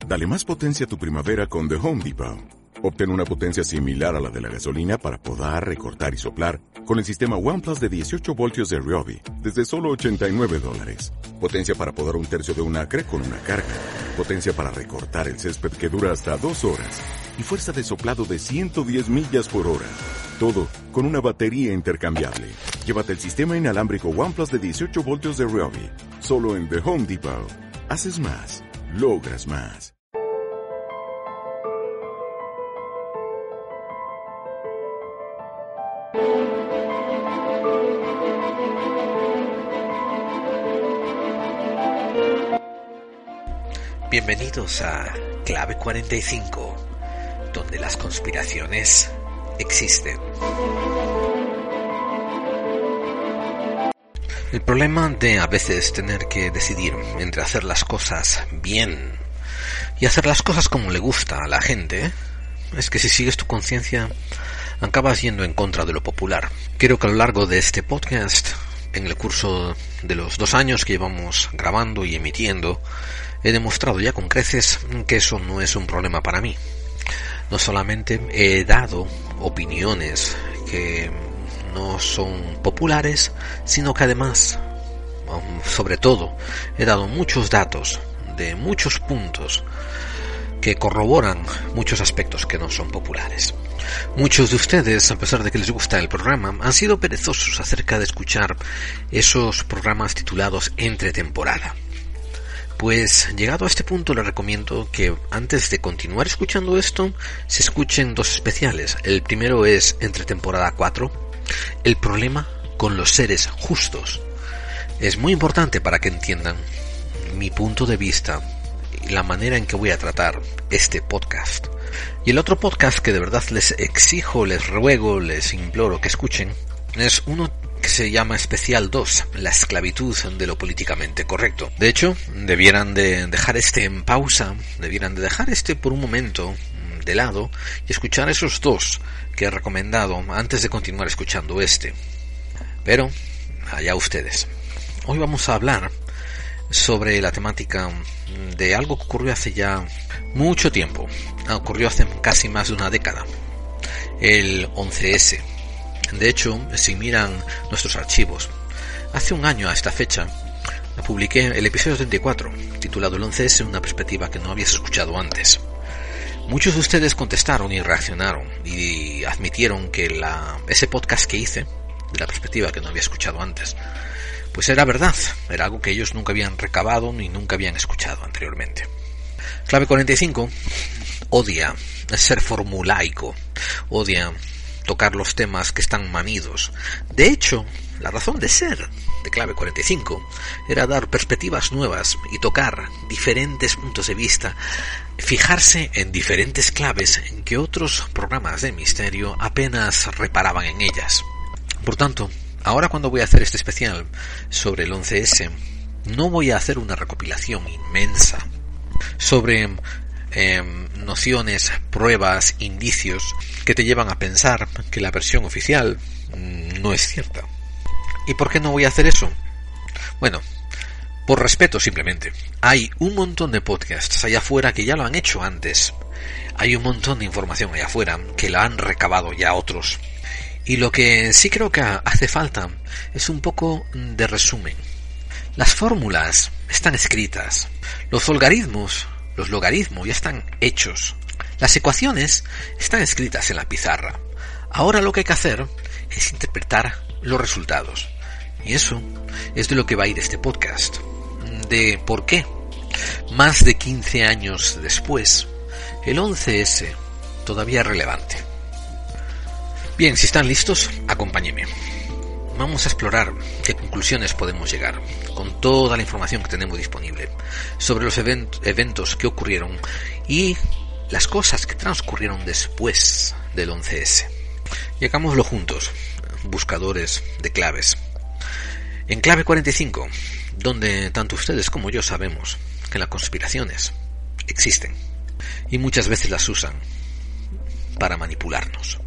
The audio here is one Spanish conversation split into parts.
Dale más potencia a tu primavera con The Home Depot. Obtén una potencia similar a la de la gasolina para podar, recortar y soplar con el sistema OnePlus de 18 voltios de Ryobi desde solo $89. Potencia para podar un tercio de un acre con una carga. Potencia para recortar el césped que dura hasta 2 horas. Y fuerza de soplado de 110 millas por hora. Todo con una batería intercambiable. Llévate el sistema inalámbrico OnePlus de 18 voltios de Ryobi. Solo en The Home Depot. Haces más. Logras más. Bienvenidos a Clave 45, donde las conspiraciones existen. El problema de a veces tener que decidir entre hacer las cosas bien y hacer las cosas como le gusta a la gente es que si sigues tu conciencia acabas yendo en contra de lo popular. Quiero que a lo largo de este podcast, en el curso de los 2 años que llevamos grabando y emitiendo, he demostrado ya con creces que eso no es un problema para mí. No solamente he dado opiniones que no son populares, sino que además, sobre todo, he dado muchos datos de muchos puntos que corroboran muchos aspectos que no son populares. Muchos de ustedes, a pesar de que les gusta el programa, han sido perezosos acerca de escuchar esos programas titulados Entre Temporada. Pues llegado a este punto les recomiendo que antes de continuar escuchando esto se escuchen 2 especiales. El primero es Entre Temporada 4, el problema con los seres justos. Es muy importante para que entiendan mi punto de vista y la manera en que voy a tratar este podcast. Y el otro podcast que de verdad les exijo, les ruego, les imploro que escuchen es uno que se llama Especial 2, la esclavitud de lo políticamente correcto. De hecho, debieran de dejar este en pausa, debieran de dejar este por un momento de lado y escuchar esos 2 que he recomendado antes de continuar escuchando este. Pero, allá ustedes. Hoy vamos a hablar sobre la temática de algo que ocurrió hace ya mucho tiempo. Ocurrió hace casi más de una década. El 11S. De hecho, si miran nuestros archivos, hace un año a esta fecha, publiqué el episodio 34, titulado El 11S, una perspectiva que no habías escuchado antes. Muchos de ustedes contestaron y reaccionaron y admitieron que ese podcast que hice, de la perspectiva que no había escuchado antes, pues era verdad, era algo que ellos nunca habían recabado ni nunca habían escuchado anteriormente. Clave 45 odia ser formulaico, odia tocar los temas que están manidos. De hecho, la razón de ser de Clave 45 era dar perspectivas nuevas y tocar diferentes puntos de vista, fijarse en diferentes claves en que otros programas de misterio apenas reparaban en ellas. Por tanto, ahora cuando voy a hacer este especial sobre el 11S, no voy a hacer una recopilación inmensa sobre nociones, pruebas, indicios que te llevan a pensar que la versión oficial no es cierta. ¿Y por qué no voy a hacer eso? Bueno, por respeto simplemente. Hay un montón de podcasts allá afuera que ya lo han hecho antes. Hay un montón de información allá afuera que la han recabado ya otros. Y lo que sí creo que hace falta es un poco de resumen. Las fórmulas están escritas. Los logaritmos ya están hechos. Las ecuaciones están escritas en la pizarra. Ahora lo que hay que hacer es interpretar los resultados. Y eso es de lo que va a ir este podcast. De por qué, más de 15 años después, el 11S todavía es relevante. Bien, si están listos, acompáñenme. Vamos a explorar qué conclusiones podemos llegar con toda la información que tenemos disponible sobre los eventos que ocurrieron y las cosas que transcurrieron después del 11S. Y hagámoslo juntos, buscadores de claves. En Clave 45, donde tanto ustedes como yo sabemos que las conspiraciones existen y muchas veces las usan para manipularnos.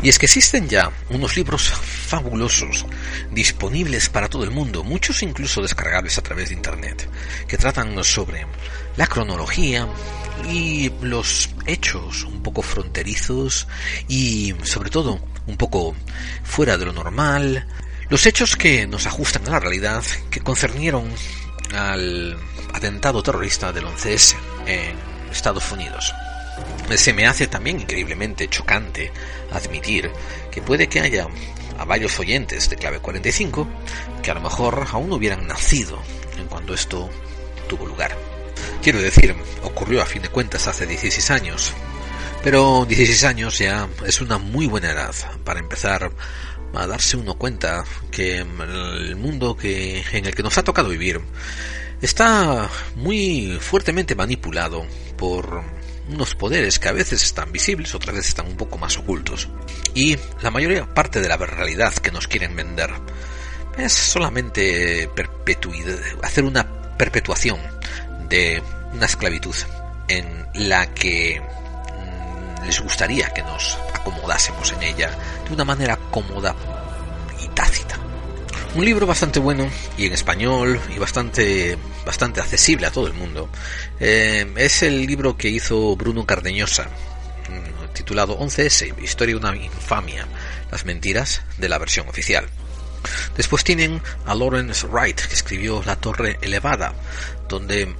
Y es que existen ya unos libros fabulosos, disponibles para todo el mundo, muchos incluso descargables a través de internet, que tratan sobre la cronología y los hechos un poco fronterizos y sobre todo un poco fuera de lo normal, los hechos que nos ajustan a la realidad, que concernieron al atentado terrorista del 11S en Estados Unidos. Se me hace también increíblemente chocante admitir que puede que haya a varios oyentes de Clave 45 que a lo mejor aún no hubieran nacido en cuando esto tuvo lugar. Quiero decir, ocurrió a fin de cuentas hace 16 años, pero 16 años ya es una muy buena edad para empezar a darse uno cuenta que el mundo en el que nos ha tocado vivir está muy fuertemente manipulado por unos poderes que a veces están visibles, otras veces están un poco más ocultos. Y la mayoría parte de la realidad que nos quieren vender es solamente hacer una perpetuación de una esclavitud en la que les gustaría que nos acomodásemos en ella de una manera cómoda y tácita. Un libro bastante bueno y en español y bastante accesible a todo el mundo. Es el libro que hizo Bruno Cardeñosa, titulado 11S, Historia de una infamia, las mentiras de la versión oficial. Después tienen a Lawrence Wright, que escribió La Torre Elevada, donde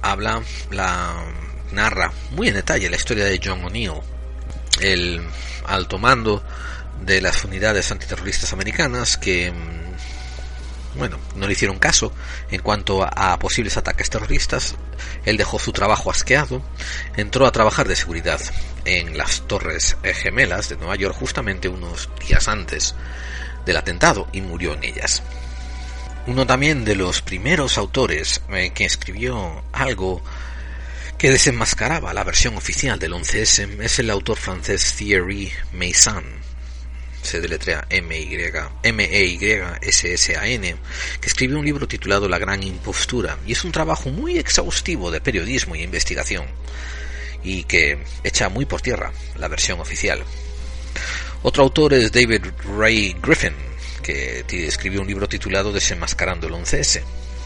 narra muy en detalle la historia de John O'Neill, el alto mando de las unidades antiterroristas americanas que no le hicieron caso en cuanto a posibles ataques terroristas. Él dejó su trabajo asqueado, entró a trabajar de seguridad en las Torres Gemelas de Nueva York justamente unos días antes del atentado y murió en ellas. Uno también de los primeros autores que escribió algo que desenmascaraba la versión oficial del 11S es el autor francés Thierry Meyssan, se deletrea M-E-Y-S-S-A-N, que escribió un libro titulado La Gran Impostura, y es un trabajo muy exhaustivo de periodismo y investigación, y que echa muy por tierra la versión oficial. Otro autor es David Ray Griffin, que escribió un libro titulado Desenmascarando el 11S.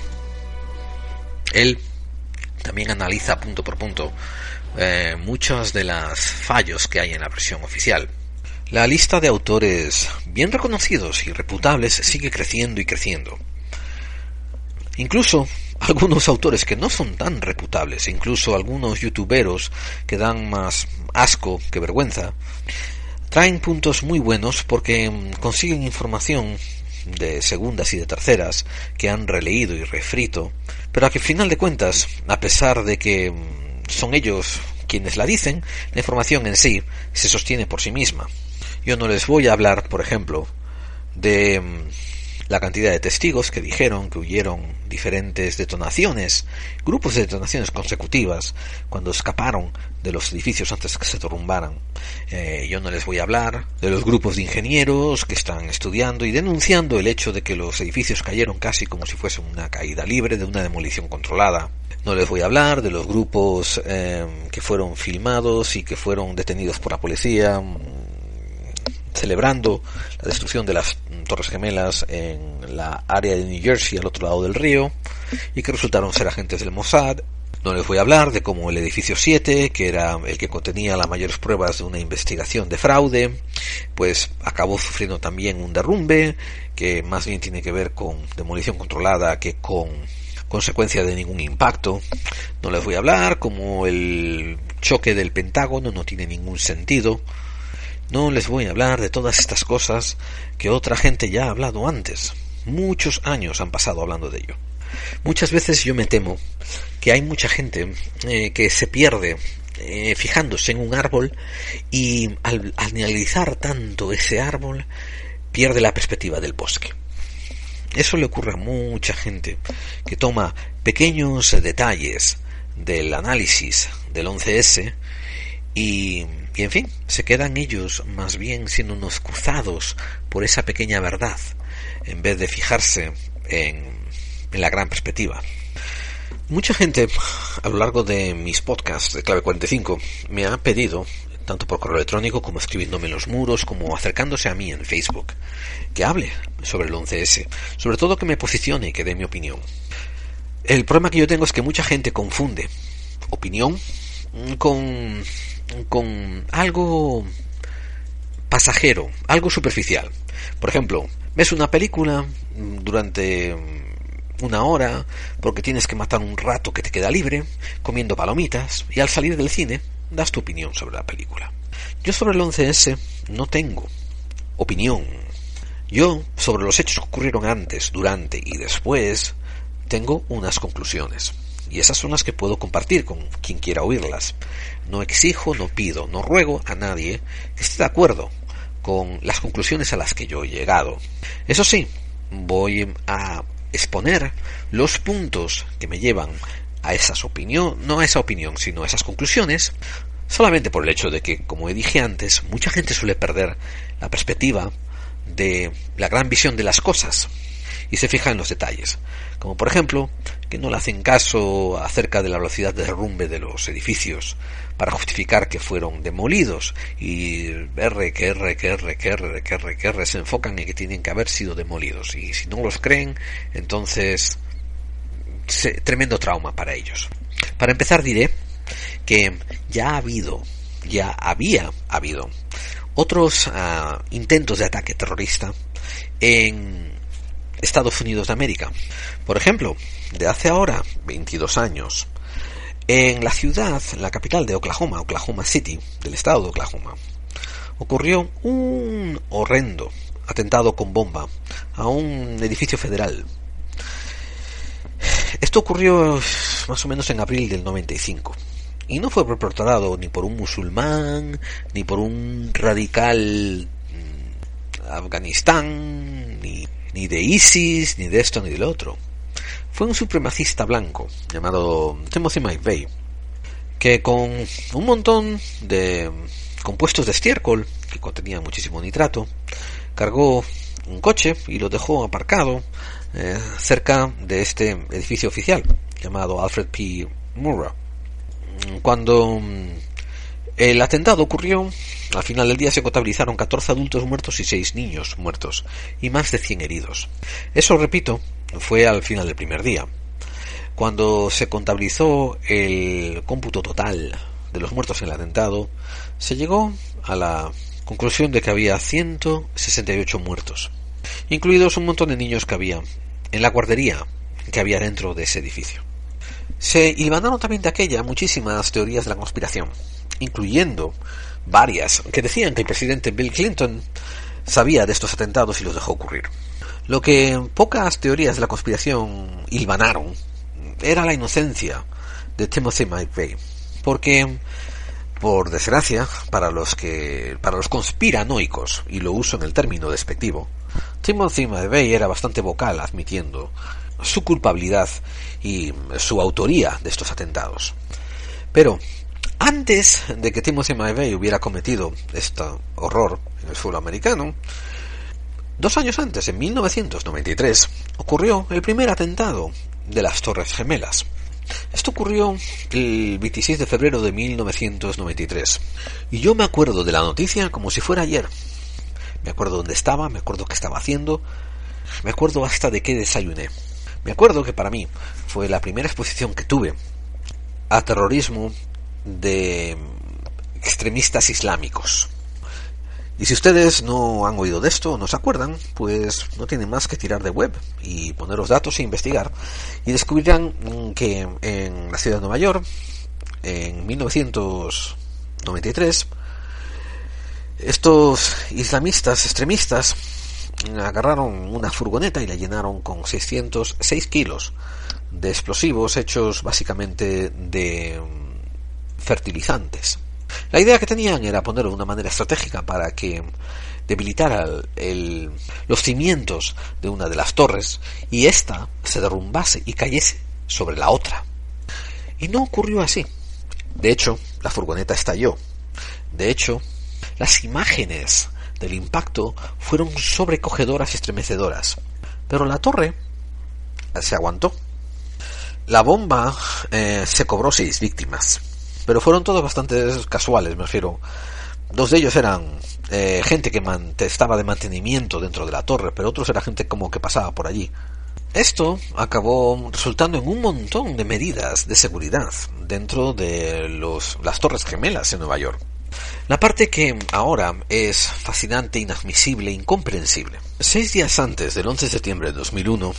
Él también analiza punto por punto muchos de los fallos que hay en la versión oficial. La lista de autores bien reconocidos y reputables sigue creciendo y creciendo. Incluso algunos autores que no son tan reputables, incluso algunos youtuberos que dan más asco que vergüenza, traen puntos muy buenos porque consiguen información de segundas y de terceras que han releído y refrito, pero a que al final de cuentas, a pesar de que son ellos quienes la dicen, la información en sí se sostiene por sí misma. Yo no les voy a hablar, por ejemplo, de la cantidad de testigos que dijeron que huyeron diferentes detonaciones, grupos de detonaciones consecutivas, cuando escaparon de los edificios antes de que se derrumbaran. Yo no les voy a hablar de los grupos de ingenieros que están estudiando y denunciando el hecho de que los edificios cayeron casi como si fuese una caída libre de una demolición controlada. No les voy a hablar de los grupos que fueron filmados y que fueron detenidos por la policía celebrando la destrucción de las Torres Gemelas en la área de New Jersey al otro lado del río y que resultaron ser agentes del Mossad. No les voy a hablar de cómo el edificio 7, que era el que contenía las mayores pruebas de una investigación de fraude, pues acabó sufriendo también un derrumbe que más bien tiene que ver con demolición controlada que con consecuencia de ningún impacto. No les voy a hablar cómo el choque del Pentágono no tiene ningún sentido. No les voy a hablar de todas estas cosas que otra gente ya ha hablado antes. Muchos años han pasado hablando de ello. Muchas veces yo me temo que hay mucha gente que se pierde fijándose en un árbol y al analizar tanto ese árbol pierde la perspectiva del bosque. Eso le ocurre a mucha gente que toma pequeños detalles del análisis del 11S y en fin, se quedan ellos más bien siendo unos cruzados por esa pequeña verdad en vez de fijarse en la gran perspectiva. Mucha gente a lo largo de mis podcasts de Clave 45 me ha pedido tanto por correo electrónico como escribiéndome en los muros, como acercándose a mí en Facebook, que hable sobre el 11S, sobre todo que me posicione y que dé mi opinión. El problema que yo tengo es que mucha gente confunde opinión con algo pasajero, algo superficial. Por ejemplo, ves una película durante una hora porque tienes que matar un rato que te queda libre, comiendo palomitas, y al salir del cine das tu opinión sobre la película. Yo sobre el 11S no tengo opinión. Yo sobre los hechos que ocurrieron antes, durante y después tengo unas conclusiones. Y esas son las que puedo compartir con quien quiera oírlas. No exijo, no pido, no ruego a nadie que esté de acuerdo con las conclusiones a las que yo he llegado. Eso sí, voy a exponer los puntos que me llevan a esas opiniones, no a esa opinión, sino a esas conclusiones, solamente por el hecho de que, como dije antes, mucha gente suele perder la perspectiva de la gran visión de las cosas y se fija en los detalles, como por ejemplo que no le hacen caso acerca de la velocidad de derrumbe de los edificios para justificar que fueron demolidos, y se enfocan en que tienen que haber sido demolidos, y si no los creen, entonces tremendo trauma para ellos. Para empezar diré que ya había habido otros intentos de ataque terrorista en Estados Unidos de América. Por ejemplo, de hace ahora 22 años, en la ciudad, la capital de Oklahoma, Oklahoma City, del estado de Oklahoma, ocurrió un horrendo atentado con bomba a un edificio federal. Esto ocurrió más o menos en abril del 95 y no fue perpetrado ni por un musulmán, ni por un radical Afganistán, ni de ISIS, ni de esto ni del otro. Fue un supremacista blanco llamado Timothy McVeigh, que con un montón de compuestos de estiércol que contenían muchísimo nitrato, cargó un coche y lo dejó aparcado cerca de este edificio oficial llamado Alfred P. Murrah. Cuando el atentado ocurrió, al final del día se contabilizaron 14 adultos muertos y 6 niños muertos, y más de 100 heridos. Eso, repito, fue al final del primer día. Cuando se contabilizó el cómputo total de los muertos en el atentado, se llegó a la conclusión de que había 168 muertos, incluidos un montón de niños que había en la guardería que había dentro de ese edificio. Se hilvanaron también de aquella muchísimas teorías de la conspiración, incluyendo varias que decían que el presidente Bill Clinton sabía de estos atentados y los dejó ocurrir. Lo que pocas teorías de la conspiración hilvanaron era la inocencia de Timothy McVeigh, porque, por desgracia, para los conspiranoicos, y lo uso en el término despectivo, Timothy McVeigh era bastante vocal admitiendo su culpabilidad y su autoría de estos atentados. Pero antes de que Timothy McVeigh hubiera cometido este horror en el suelo americano, 2 años antes, en 1993, ocurrió el primer atentado de las Torres Gemelas. Esto ocurrió el 26 de febrero de 1993. Y yo me acuerdo de la noticia como si fuera ayer. Me acuerdo dónde estaba, me acuerdo qué estaba haciendo, me acuerdo hasta de qué desayuné. Me acuerdo que para mí fue la primera exposición que tuve a terrorismo de extremistas islámicos. Y si ustedes no han oído de esto, no se acuerdan, pues no tienen más que tirar de web y poner los datos e investigar, y descubrirán que en la ciudad de Nueva York, en 1993, estos islamistas extremistas agarraron una furgoneta y la llenaron con 606 kilos de explosivos hechos básicamente de fertilizantes. La idea que tenían era ponerlo de una manera estratégica para que debilitara los cimientos de una de las torres y ésta se derrumbase y cayese sobre la otra. Y no ocurrió así. De hecho, la furgoneta estalló. De hecho, las imágenes del impacto fueron sobrecogedoras y estremecedoras. Pero la torre se aguantó. La bomba se cobró 6 víctimas. Pero fueron todos bastante casuales, me refiero. 2 de ellos eran gente que estaba de mantenimiento dentro de la torre, pero otros era gente como que pasaba por allí. Esto acabó resultando en un montón de medidas de seguridad dentro de las Torres Gemelas en Nueva York. La parte que ahora es fascinante, inadmisible, incomprensible. 6 días antes del 11 de septiembre de 2001,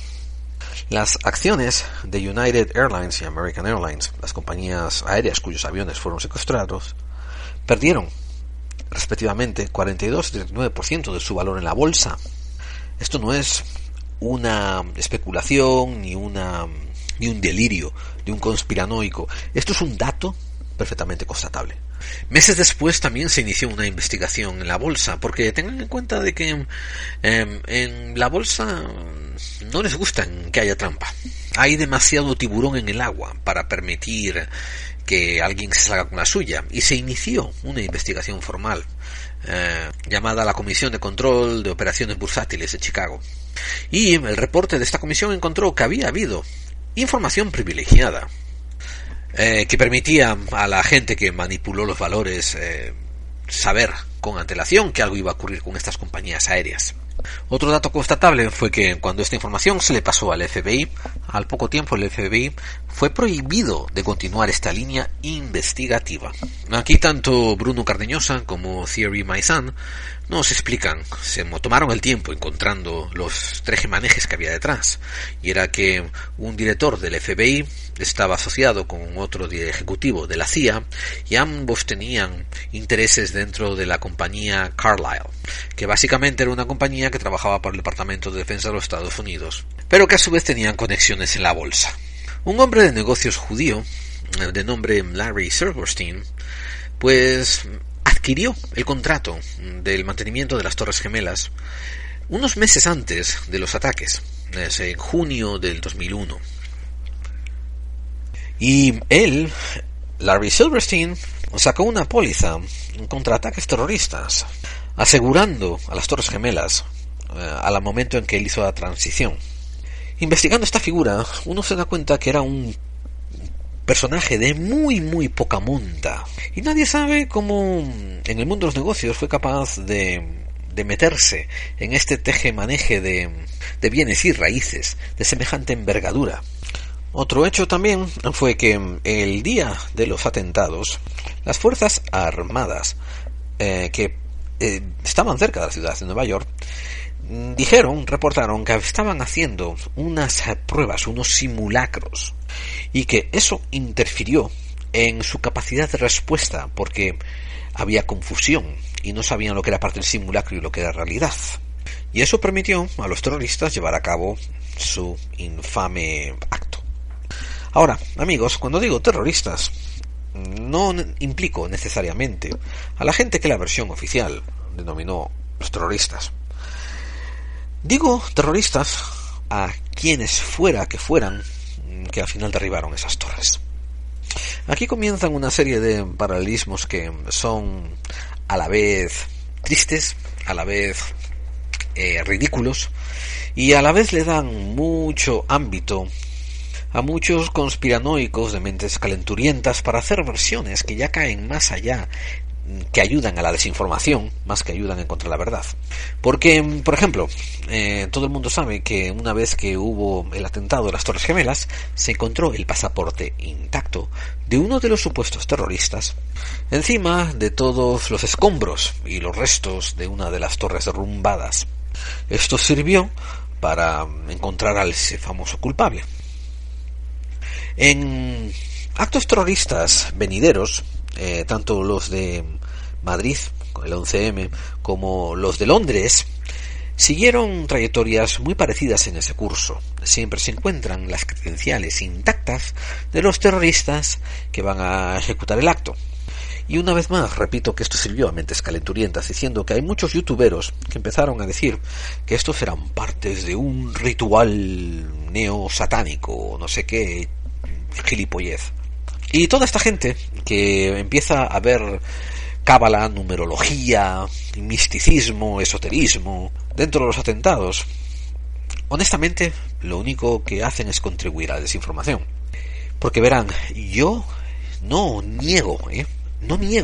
las acciones de United Airlines y American Airlines, las compañías aéreas cuyos aviones fueron secuestrados, perdieron respectivamente 42 y 39% de su valor en la bolsa. Esto no es una especulación ni un delirio de un conspiranoico. Esto es un dato perfectamente constatable. Meses después también se inició una investigación en la bolsa, porque tengan en cuenta de que en la bolsa no les gusta que haya trampa. Hay demasiado tiburón en el agua para permitir que alguien se salga con la suya, y se inició una investigación formal llamada la Comisión de Control de Operaciones Bursátiles de Chicago. Y el reporte de esta comisión encontró que había habido información privilegiada que permitía a la gente que manipuló los valores saber con antelación que algo iba a ocurrir con estas compañías aéreas. Otro dato constatable fue que cuando esta información se le pasó al FBI, al poco tiempo el FBI fue prohibido de continuar esta línea investigativa. Aquí tanto Bruno Cardeñosa como Thierry Maison nos explican, se tomaron el tiempo encontrando los tejemanejes que había detrás, y era que un director del FBI estaba asociado con otro ejecutivo de la CIA, y ambos tenían intereses dentro de la compañía Carlyle, que básicamente era una compañía que trabajaba para el Departamento de Defensa de los Estados Unidos, pero que a su vez tenían conexiones en la bolsa. Un hombre de negocios judío, de nombre Larry Silverstein, pues adquirió el contrato del mantenimiento de las Torres Gemelas unos meses antes de los ataques, en junio del 2001. Y él, Larry Silverstein, sacó una póliza contra ataques terroristas, asegurando a las Torres Gemelas al momento en que él hizo la transición. Investigando esta figura, uno se da cuenta que era un personaje de muy poca monta, y nadie sabe cómo en el mundo de los negocios fue capaz de meterse en este tejemaneje de bienes y raíces de semejante envergadura. Otro hecho también fue que el día de los atentados, las fuerzas armadas que estaban cerca de la ciudad de Nueva York reportaron que estaban haciendo unas pruebas, unos simulacros, y que eso interfirió en su capacidad de respuesta, porque había confusión y no sabían lo que era parte del simulacro y lo que era realidad. Y eso permitió a los terroristas llevar a cabo su infame acto. Ahora, amigos, cuando digo terroristas, no implico necesariamente a la gente que la versión oficial denominó los terroristas. Digo terroristas a quienes fuera que fueran que al final derribaron esas torres. Aquí comienzan una serie de paralelismos que son a la vez tristes, a la vez ridículos, y a la vez le dan mucho ámbito a muchos conspiranoicos de mentes calenturientas para hacer versiones que ya caen más allá, que ayudan a la desinformación más que ayudan a encontrar la verdad. Porque, por ejemplo, todo el mundo sabe que una vez que hubo el atentado de las Torres Gemelas, se encontró el pasaporte intacto de uno de los supuestos terroristas encima de todos los escombros y los restos de una de las torres derrumbadas. Esto sirvió para encontrar al ese famoso culpable. En actos terroristas venideros, tanto los de Madrid, con el 11M, como los de Londres, siguieron trayectorias muy parecidas en ese curso. Siempre se encuentran las credenciales intactas de los terroristas que van a ejecutar el acto. Y una vez más, repito que esto sirvió a mentes calenturientas, diciendo que hay muchos youtuberos que empezaron a decir que estos eran partes de un ritual neo-satánico, no sé qué, gilipollez. Y toda esta gente que empieza a ver cábala, numerología, misticismo, esoterismo dentro de los atentados, honestamente lo único que hacen es contribuir a la desinformación. Porque verán, yo no niego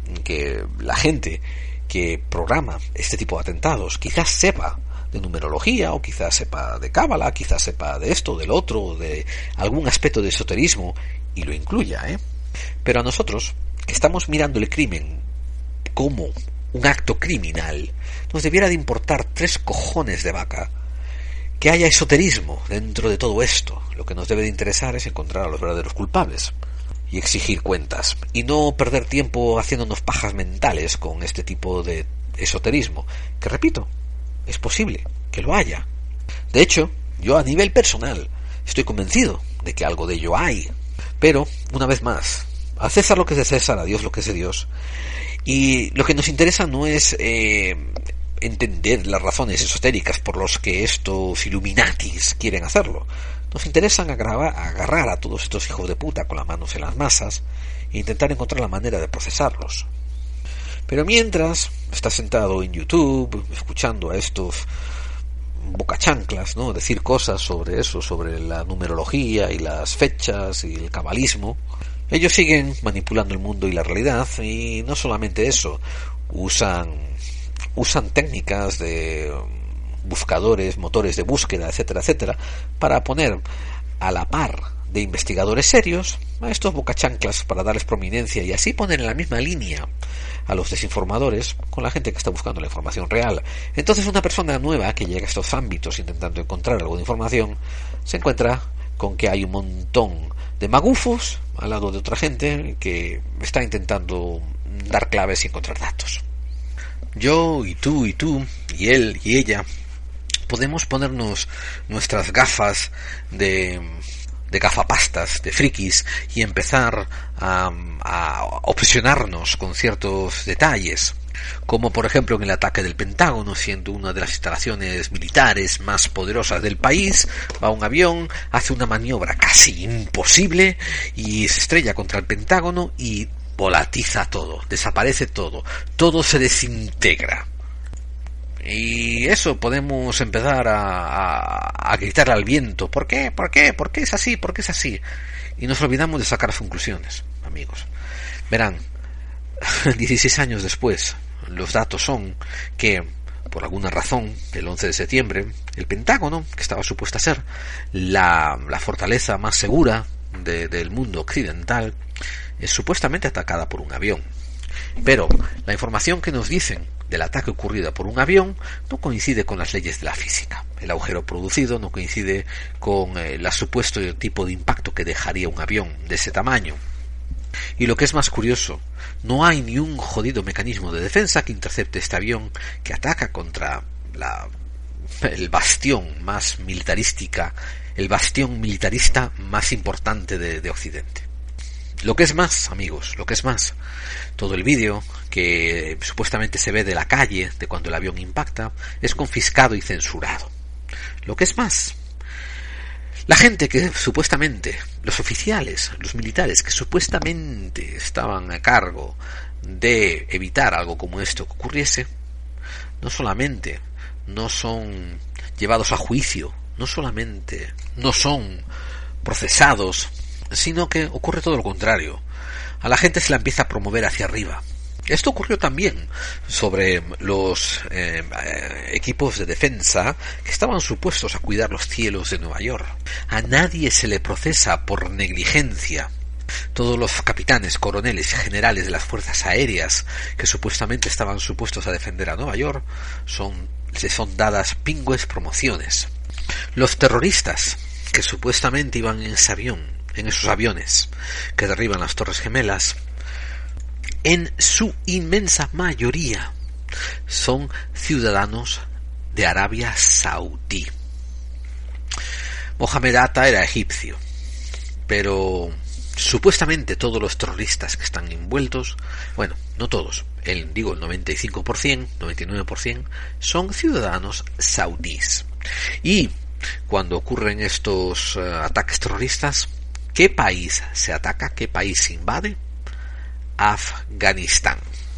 que la gente que programa este tipo de atentados quizás sepa de numerología, o quizás sepa de cábala, quizás sepa de esto, del otro, de algún aspecto de esoterismo, y lo incluya, Pero a nosotros, que estamos mirando el crimen como un acto criminal, nos debiera de importar 3 cojones de vaca que haya esoterismo dentro de todo esto. Lo que nos debe de interesar es encontrar a los verdaderos culpables y exigir cuentas, y no perder tiempo haciéndonos pajas mentales con este tipo de esoterismo, que repito, es posible que lo haya. De hecho, yo a nivel personal estoy convencido de que algo de ello hay, pero, una vez más, a César lo que es de César, a Dios lo que es de Dios, y lo que nos interesa no es entender las razones esotéricas por los que estos Illuminatis quieren hacerlo. Nos interesan agarrar a todos estos hijos de puta con las manos en las masas e intentar encontrar la manera de procesarlos. Pero mientras estás sentado en YouTube escuchando a estos bocachanclas, ¿no?, decir cosas sobre eso, sobre la numerología y las fechas y el cabalismo, ellos siguen manipulando el mundo y la realidad, y no solamente eso, usan técnicas de buscadores, motores de búsqueda, etcétera, etcétera, para poner a la par de investigadores serios a estos bocachanclas para darles prominencia, y así poner en la misma línea a los desinformadores con la gente que está buscando la información real. Entonces una persona nueva que llega a estos ámbitos intentando encontrar algo de información se encuentra con que hay un montón de magufos al lado de otra gente que está intentando dar claves y encontrar datos. Yo y tú y él y ella podemos ponernos nuestras gafas de gafapastas, de frikis, y empezar a obsesionarnos con ciertos detalles, como por ejemplo en el ataque del Pentágono, siendo una de las instalaciones militares más poderosas del país, va un avión, hace una maniobra casi imposible y se estrella contra el Pentágono y volatiza todo, desaparece todo se desintegra. Y eso podemos empezar a gritar al viento, ¿por qué? ¿Por qué? ¿Por qué es así? ¿Por qué es así? Y nos olvidamos de sacar conclusiones, amigos. Verán, 16 años después, los datos son que, por alguna razón, el 11 de septiembre, el Pentágono, que estaba supuesto a ser la fortaleza más segura del mundo occidental, es supuestamente atacada por un avión. Pero la información que nos dicen del ataque ocurrido por un avión no coincide con las leyes de la física. El agujero producido no coincide con el supuesto tipo de impacto que dejaría un avión de ese tamaño. Y lo que es más curioso, no hay ni un jodido mecanismo de defensa que intercepte este avión que ataca contra el bastión más militarista, el bastión militarista más importante de Occidente. Lo que es más, amigos, lo que es más, todo el vídeo que supuestamente se ve de la calle de cuando el avión impacta es confiscado y censurado. Lo que es más, la gente que supuestamente, los oficiales, los militares que supuestamente estaban a cargo de evitar algo como esto que ocurriese, no solamente no son llevados a juicio, no solamente no son procesados, sino que ocurre todo lo contrario. A la gente se la empieza a promover hacia arriba. Esto ocurrió también sobre los equipos de defensa que estaban supuestos a cuidar los cielos de Nueva York. A nadie se le procesa por negligencia. Todos los capitanes, coroneles y generales de las fuerzas aéreas que supuestamente estaban supuestos a defender a Nueva York les son dadas pingües promociones. Los terroristas que supuestamente iban en esos aviones que derriban las Torres Gemelas, en su inmensa mayoría son ciudadanos de Arabia Saudí. Mohamed Atta era egipcio, pero supuestamente todos los terroristas que están envueltos, bueno, no todos, el 95%, 99% son ciudadanos saudíes. Y cuando ocurren estos ataques terroristas, ¿qué país se ataca? ¿Qué país se invade? Afganistán.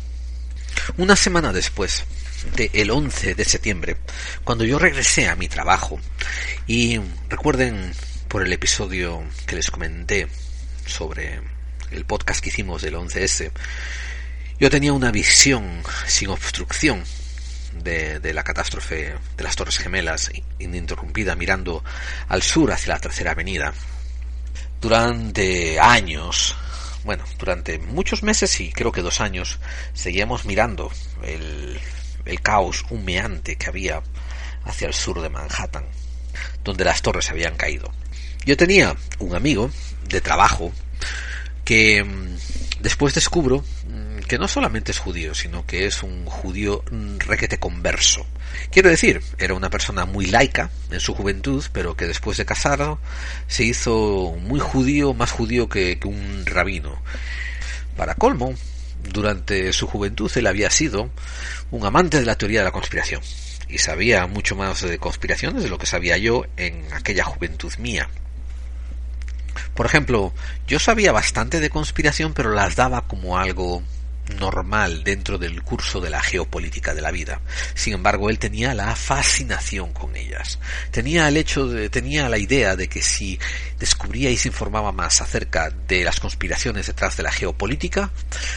Una semana después del 11 de septiembre, cuando yo regresé a mi trabajo, y recuerden por el episodio que les comenté sobre el podcast que hicimos del 11S, Yo tenía una visión sin obstrucción de la catástrofe de las Torres Gemelas, ininterrumpida, mirando al sur hacia la Tercera Avenida. Durante años, durante muchos meses y creo que 2 años, seguíamos mirando el caos humeante que había hacia el sur de Manhattan, donde las torres habían caído. Yo tenía un amigo de trabajo que después descubro que no solamente es judío, sino que es un judío requete converso. Quiero decir, era una persona muy laica en su juventud, pero que después de casado se hizo muy judío, más judío que un rabino. Para colmo, durante su juventud él había sido un amante de la teoría de la conspiración y sabía mucho más de conspiraciones de lo que sabía yo en aquella juventud mía. Por ejemplo, yo sabía bastante de conspiración, pero las daba como algo normal dentro del curso de la geopolítica de la vida. Sin embargo, él tenía la fascinación con ellas. Tenía la idea de que si descubría y se informaba más acerca de las conspiraciones detrás de la geopolítica,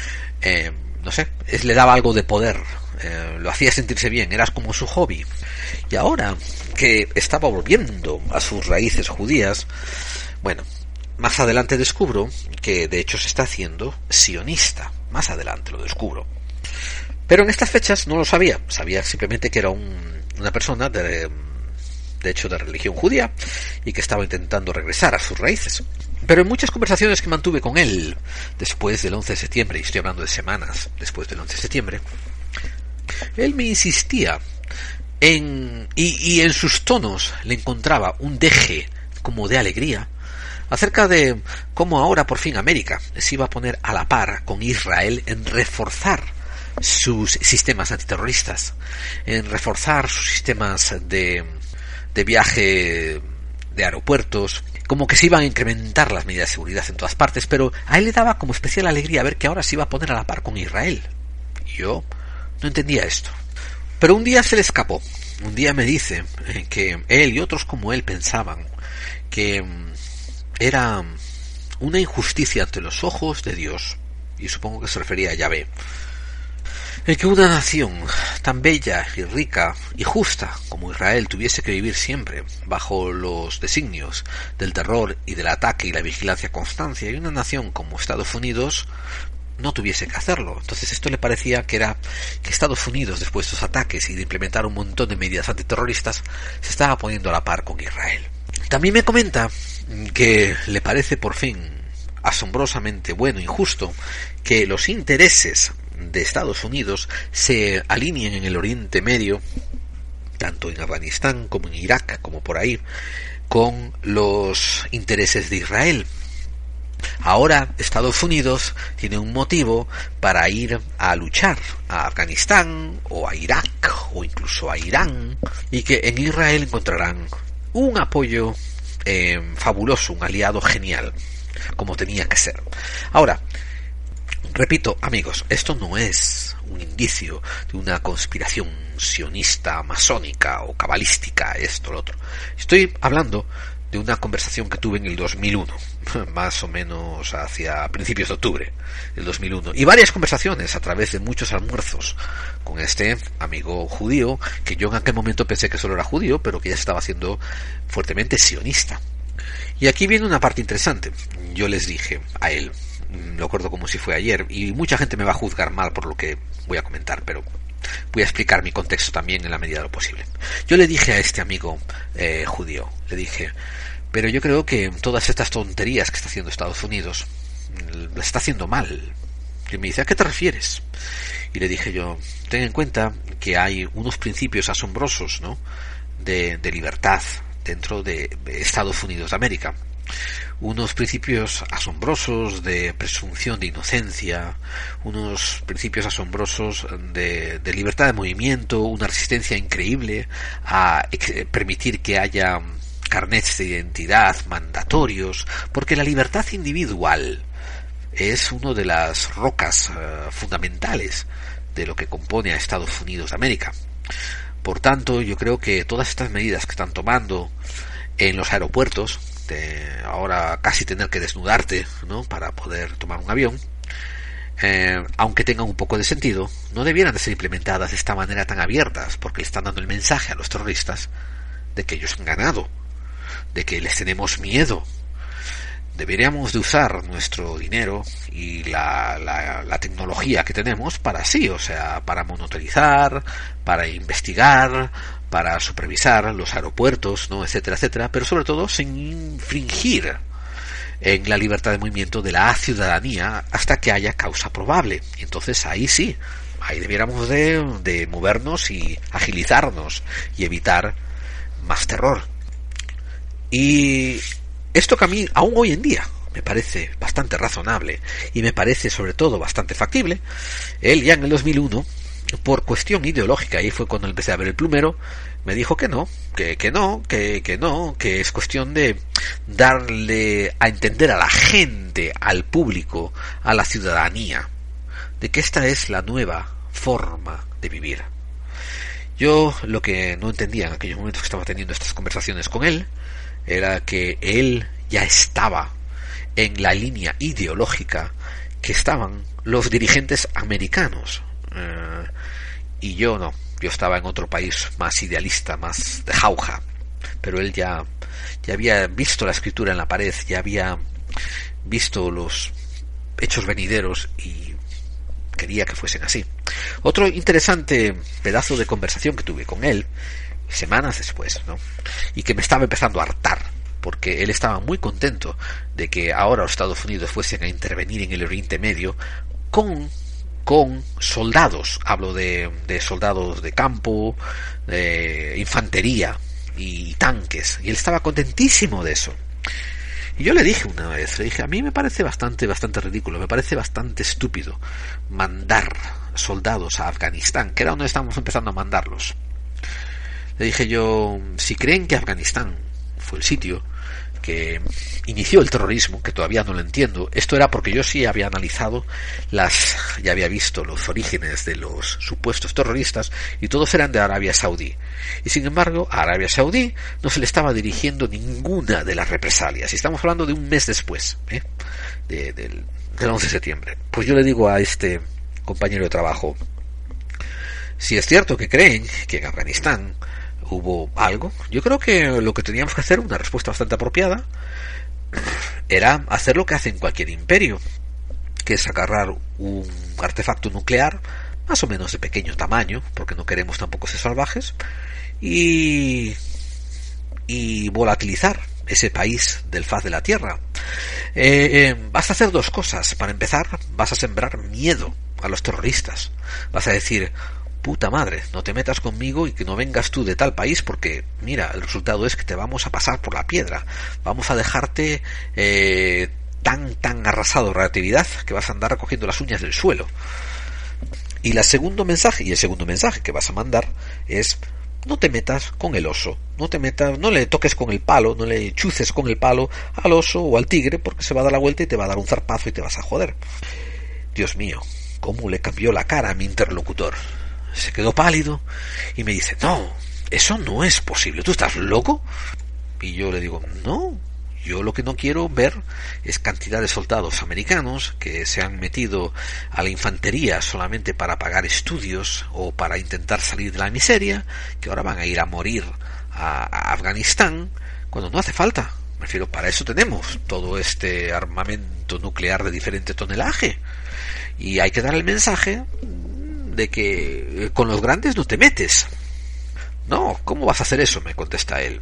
le daba algo de poder, lo hacía sentirse bien, era como su hobby. Y ahora que estaba volviendo a sus raíces judías, más adelante descubro que de hecho se está haciendo sionista. Más adelante lo descubro. Pero en estas fechas no lo sabía. Sabía simplemente que era una persona de religión judía y que estaba intentando regresar a sus raíces. Pero en muchas conversaciones que mantuve con él después del 11 de septiembre, y estoy hablando de semanas después del 11 de septiembre, él me insistía y en sus tonos le encontraba un deje como de alegría acerca de cómo ahora por fin América se iba a poner a la par con Israel en reforzar sus sistemas antiterroristas, en reforzar sus sistemas de viaje de aeropuertos, como que se iban a incrementar las medidas de seguridad en todas partes, pero a él le daba como especial alegría ver que ahora se iba a poner a la par con Israel. Yo no entendía esto. Pero un día se le escapó. Un día me dice que él y otros como él pensaban que era una injusticia ante los ojos de Dios, y supongo que se refería a Yahvé, el que una nación tan bella y rica y justa como Israel tuviese que vivir siempre bajo los designios del terror y del ataque y la vigilancia constante, y una nación como Estados Unidos no tuviese que hacerlo. Entonces esto le parecía que Estados Unidos, después de esos ataques y de implementar un montón de medidas antiterroristas, se estaba poniendo a la par con Israel. También me comenta que le parece por fin asombrosamente bueno y justo que los intereses de Estados Unidos se alineen en el Oriente Medio, tanto en Afganistán como en Irak, como por ahí, con los intereses de Israel. Ahora Estados Unidos tiene un motivo para ir a luchar a Afganistán o a Irak o incluso a Irán, y que en Israel encontrarán un apoyo fabuloso, un aliado genial, como tenía que ser. Ahora, repito, amigos, esto no es un indicio de una conspiración sionista, masónica o cabalística, esto, lo otro. Estoy hablando de una conversación que tuve en el 2001, más o menos hacia principios de octubre del 2001, y varias conversaciones a través de muchos almuerzos con este amigo judío, que yo en aquel momento pensé que solo era judío, pero que ya estaba siendo fuertemente sionista. Y aquí viene una parte interesante. Yo les dije a él, lo recuerdo como si fue ayer, y mucha gente me va a juzgar mal por lo que voy a comentar, pero voy a explicar mi contexto también en la medida de lo posible. Yo le dije a este amigo judío, le dije, pero yo creo que todas estas tonterías que está haciendo Estados Unidos las está haciendo mal. Y me dice, ¿a qué te refieres? Y le dije yo, ten en cuenta que hay unos principios asombrosos, ¿no?, de libertad dentro de Estados Unidos de América. Unos principios asombrosos de presunción de inocencia, unos principios asombrosos de libertad de movimiento, una resistencia increíble a permitir que haya carnets de identidad mandatorios, porque la libertad individual es una de las rocas fundamentales de lo que compone a Estados Unidos de América. Por tanto, yo creo que todas estas medidas que están tomando en los aeropuertos, de ahora casi tener que desnudarte, ¿no?, para poder tomar un avión, aunque tengan un poco de sentido, no debieran de ser implementadas de esta manera tan abiertas, porque le están dando el mensaje a los terroristas de que ellos han ganado, de que les tenemos miedo. Deberíamos de usar nuestro dinero y la tecnología que tenemos para sí, o sea, para monitorizar, para investigar, para supervisar los aeropuertos, ¿no?, etcétera, etcétera, pero sobre todo sin infringir en la libertad de movimiento de la ciudadanía hasta que haya causa probable. Y entonces ahí sí, ahí debiéramos de movernos y agilizarnos y evitar más terror. Y esto que a mí, aún hoy en día, me parece bastante razonable y me parece sobre todo bastante factible. Él ya en el 2001, por cuestión ideológica, ahí fue cuando empecé a ver El Plumero, me dijo que no, que es cuestión de darle a entender a la gente, al público, a la ciudadanía, de que esta es la nueva forma de vivir. Yo lo que no entendía en aquellos momentos que estaba teniendo estas conversaciones con él era que él ya estaba en la línea ideológica que estaban los dirigentes americanos, y yo no, yo estaba en otro país más idealista, más de jauja, pero él ya había visto la escritura en la pared, ya había visto los hechos venideros y quería que fuesen así. Otro interesante pedazo de conversación que tuve con él semanas después, ¿no?, y que me estaba empezando a hartar, porque él estaba muy contento de que ahora los Estados Unidos fuesen a intervenir en el Oriente Medio con soldados, hablo de soldados de campo, de infantería y tanques, y él estaba contentísimo de eso. Y yo le dije una vez, a mí me parece bastante ridículo, me parece bastante estúpido mandar soldados a Afganistán, que era donde estamos empezando a mandarlos. Le dije yo, si creen que Afganistán fue el sitio que inició el terrorismo, que todavía no lo entiendo, esto era porque yo sí había analizado ya había visto los orígenes de los supuestos terroristas y todos eran de Arabia Saudí, y sin embargo a Arabia Saudí no se le estaba dirigiendo ninguna de las represalias, y estamos hablando de un mes después, del 11 de septiembre. Pues yo le digo a este compañero de trabajo, si es cierto que creen que en Afganistán hubo algo, yo creo que lo que teníamos que hacer, una respuesta bastante apropiada, era hacer lo que hace en cualquier imperio, que es agarrar un artefacto nuclear más o menos de pequeño tamaño, porque no queremos tampoco ser salvajes, y volatilizar ese país del faz de la tierra. Vas a hacer dos cosas. Para empezar, vas a sembrar miedo a los terroristas. Vas a decir, puta madre, no te metas conmigo y que no vengas tú de tal país, porque mira, el resultado es que te vamos a pasar por la piedra, vamos a dejarte tan arrasado de radioactividad que vas a andar recogiendo las uñas del suelo. Y el segundo mensaje que vas a mandar es, no te metas con el oso, no le toques con el palo, no le chuces con el palo al oso o al tigre, porque se va a dar la vuelta y te va a dar un zarpazo y te vas a joder. Dios mío, cómo le cambió la cara a mi interlocutor. Se quedó pálido y me dice, no, eso no es posible, ¿tú estás loco? Y yo le digo, no, yo lo que no quiero ver es cantidad de soldados americanos que se han metido a la infantería solamente para pagar estudios o para intentar salir de la miseria, que ahora van a ir a morir a Afganistán, cuando no hace falta. Me refiero, para eso tenemos todo este armamento nuclear de diferente tonelaje, y hay que dar el mensaje de que con los grandes no te metes. No, ¿cómo vas a hacer eso?, me contesta él.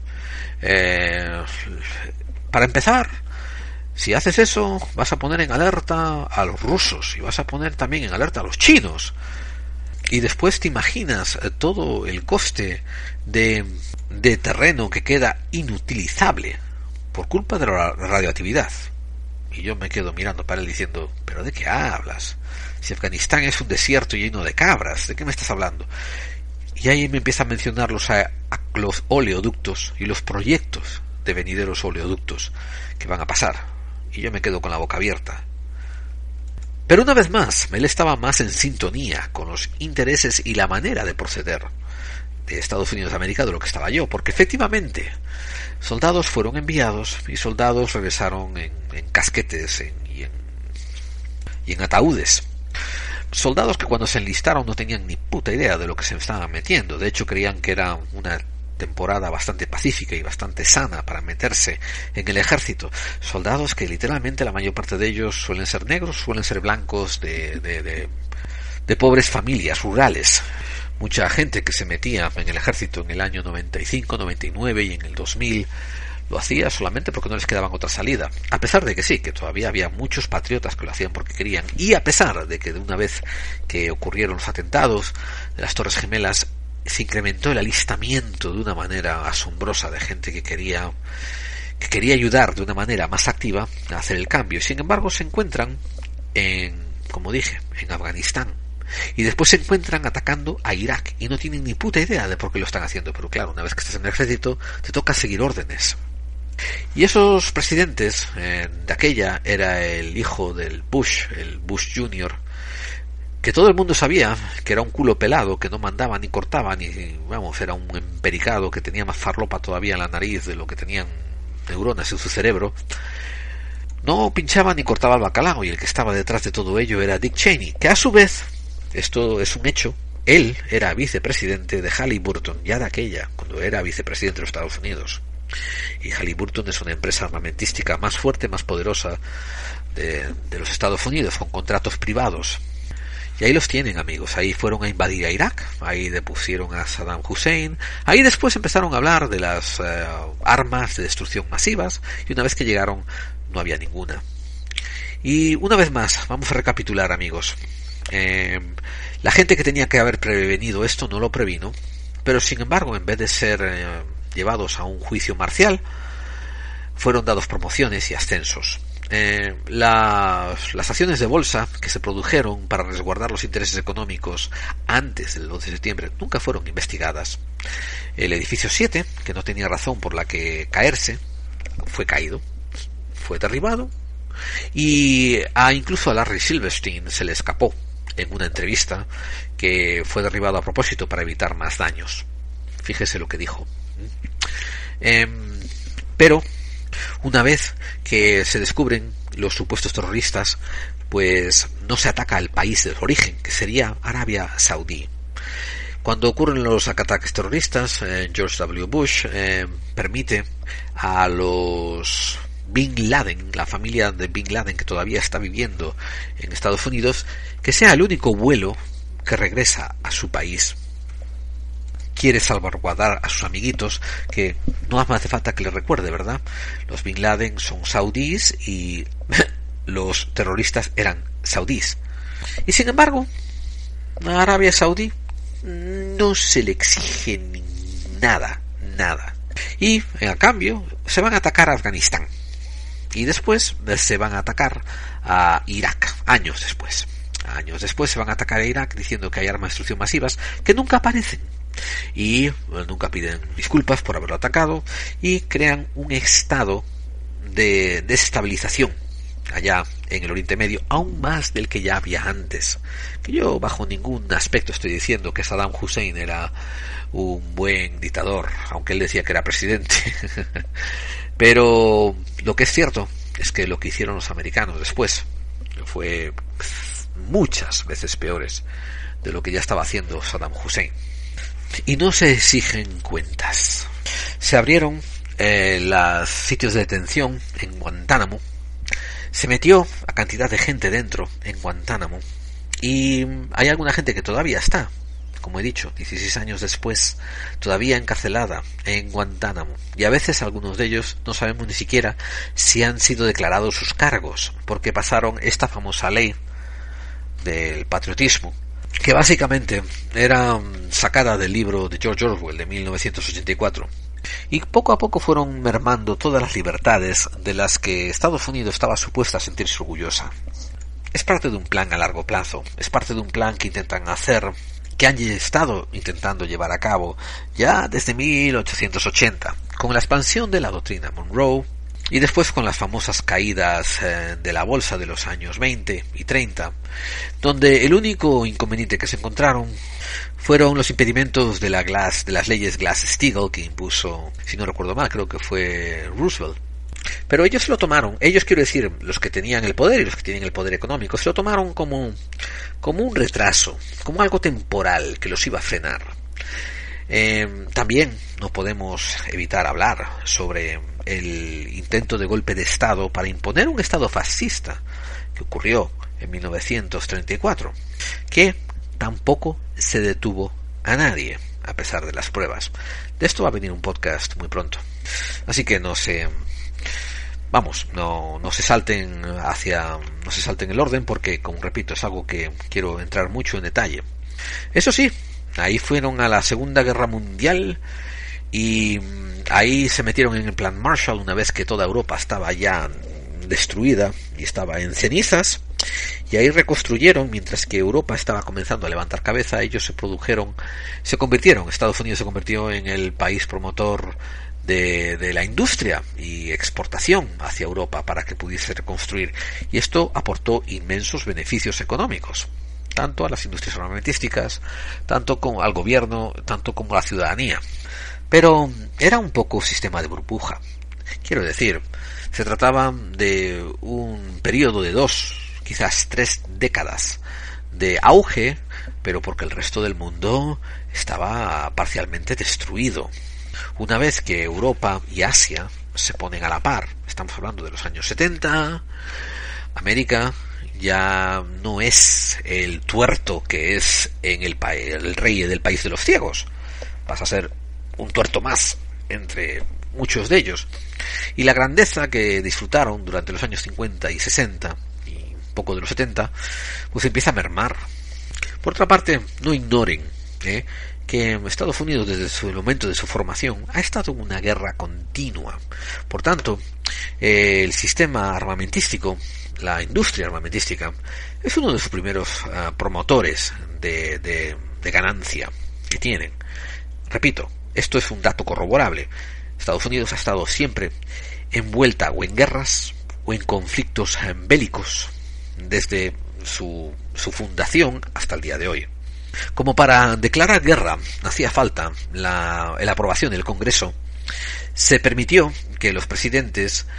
Para empezar, si haces eso, vas a poner en alerta a los rusos y vas a poner también en alerta a los chinos. Y después te imaginas todo el coste de terreno que queda inutilizable por culpa de la radioactividad. Y yo me quedo mirando para él diciendo, ¿pero de qué hablas? Si Afganistán es un desierto lleno de cabras, ¿de qué me estás hablando? Y ahí me empieza a mencionar los oleoductos y los proyectos de venideros oleoductos que van a pasar. Y yo me quedo con la boca abierta. Pero una vez más, él estaba más en sintonía con los intereses y la manera de proceder de Estados Unidos de América de lo que estaba yo, porque efectivamente soldados fueron enviados y soldados regresaron en casquetes y en ataúdes. Soldados que cuando se enlistaron no tenían ni puta idea de lo que se estaban metiendo. De hecho, creían que era una temporada bastante pacífica y bastante sana para meterse en el ejército. Soldados que literalmente la mayor parte de ellos suelen ser negros, suelen ser blancos de pobres familias rurales. Mucha gente que se metía en el ejército en el año 95, 99 y en el 2000 lo hacía solamente porque no les quedaba otra salida, a pesar de que sí, que todavía había muchos patriotas que lo hacían porque querían, y a pesar de que de una vez que ocurrieron los atentados de las Torres Gemelas se incrementó el alistamiento de una manera asombrosa de gente que quería ayudar de una manera más activa a hacer el cambio. Sin embargo, se encuentran como dije, en Afganistán, y después se encuentran atacando a Irak y no tienen ni puta idea de por qué lo están haciendo. Pero claro, una vez que estás en el ejército te toca seguir órdenes. Y esos presidentes de aquella era el hijo del Bush, el Bush Jr., que todo el mundo sabía que era un culo pelado, que no mandaba ni cortaba, ni vamos, era un empericado que tenía más farlopa todavía en la nariz de lo que tenían neuronas en su cerebro. No pinchaba ni cortaba el bacalao, y el que estaba detrás de todo ello era Dick Cheney, que a su vez, esto es un hecho, él era vicepresidente de Halliburton, ya de aquella, cuando era vicepresidente de los Estados Unidos. Y Halliburton es una empresa armamentística más fuerte, más poderosa de los Estados Unidos, con contratos privados. Y ahí los tienen, amigos. Ahí fueron a invadir a Irak, ahí depusieron a Saddam Hussein, ahí después empezaron a hablar de las armas de destrucción masivas, y una vez que llegaron no había ninguna. Y una vez más, vamos a recapitular, amigos. La gente que tenía que haber prevenido esto no lo previno, pero sin embargo, en vez de ser llevados a un juicio marcial, fueron dados promociones y ascensos. Las acciones de bolsa que se produjeron para resguardar los intereses económicos antes del 11 de septiembre nunca fueron investigadas. El edificio 7, que no tenía razón por la que caerse, fue caído, fue derribado, y incluso a Larry Silverstein se le escapó en una entrevista que fue derribado a propósito para evitar más daños. Fíjese lo que dijo. Pero una vez que se descubren los supuestos terroristas, pues no se ataca al país de origen, que sería Arabia Saudí. Cuando ocurren los ataques terroristas, George W. Bush permite a los Bin Laden, la familia de Bin Laden que todavía está viviendo en Estados Unidos, que sea el único vuelo que regresa a su país. Quiere salvaguardar a sus amiguitos, que no hace falta que les recuerde, ¿verdad? Los Bin Laden son saudíes y los terroristas eran saudíes. Y sin embargo, a Arabia Saudí no se le exige nada. Y a cambio se van a atacar a Afganistán. Y después se van a atacar a Irak, años después. Años después se van a atacar a Irak diciendo que hay armas de destrucción masivas que nunca aparecen. Y nunca piden disculpas por haberlo atacado, y crean un estado de desestabilización allá en el Oriente Medio, aún más del que ya había antes. Que yo bajo ningún aspecto estoy diciendo que Saddam Hussein era un buen dictador, aunque él decía que era presidente. Pero lo que es cierto es que lo que hicieron los americanos después fue muchas veces peores de lo que ya estaba haciendo Saddam Hussein. Y no se exigen cuentas. Se abrieron los sitios de detención en Guantánamo. Se metió a cantidad de gente dentro en Guantánamo. Y hay alguna gente que todavía está, como he dicho, 16 años después, todavía encarcelada en Guantánamo. Y a veces algunos de ellos no sabemos ni siquiera si han sido declarados sus cargos, porque pasaron esta famosa ley del patriotismo, que básicamente era sacada del libro de George Orwell de 1984, y poco a poco fueron mermando todas las libertades de las que Estados Unidos estaba supuesta a sentirse orgullosa. Es parte de un plan a largo plazo, es parte de un plan que intentan hacer, que han estado intentando llevar a cabo ya desde 1880, con la expansión de la doctrina Monroe, y después con las famosas caídas de la bolsa de los años 20 y 30, donde el único inconveniente que se encontraron fueron los impedimentos de las leyes Glass-Steagall que impuso, si no recuerdo mal, creo que fue Roosevelt. Pero ellos se lo tomaron, quiero decir, los que tenían el poder y los que tienen el poder económico, se lo tomaron como un retraso, como algo temporal que los iba a frenar. También no podemos evitar hablar sobre el intento de golpe de Estado para imponer un Estado fascista que ocurrió en 1934, que tampoco se detuvo a nadie a pesar de las pruebas. De esto va a venir un podcast muy pronto, así que no se salten el orden, porque, como repito, es algo que quiero entrar mucho en detalle. Eso sí, ahí fueron a la Segunda Guerra Mundial y ahí se metieron en el Plan Marshall una vez que toda Europa estaba ya destruida y estaba en cenizas, y ahí reconstruyeron mientras que Europa estaba comenzando a levantar cabeza. Ellos Estados Unidos se convirtió en el país promotor de la industria y exportación hacia Europa para que pudiese reconstruir, y esto aportó inmensos beneficios económicos, tanto a las industrias armamentísticas, tanto como al gobierno, tanto como a la ciudadanía. Pero era un poco sistema de burbuja. Quiero decir, se trataba de un periodo de 2, quizás 3 décadas de auge, pero porque el resto del mundo estaba parcialmente destruido. Una vez que Europa y Asia se ponen a la par, estamos hablando de los años 70, América ya no es el tuerto que es en el rey del país de los ciegos, pasa a ser un tuerto más entre muchos de ellos, y la grandeza que disfrutaron durante los años 50 y 60 y un poco de los 70 pues empieza a mermar. Por otra parte, no ignoren que Estados Unidos desde el momento de su formación ha estado en una guerra continua. Por tanto, el sistema armamentístico, la industria armamentística, es uno de sus primeros promotores de ganancia que tienen. Repito, esto es un dato corroborable. Estados Unidos ha estado siempre envuelta o en guerras o en conflictos bélicos desde su fundación hasta el día de hoy. Como para declarar guerra hacía falta la aprobación del Congreso, se permitió que los presidentes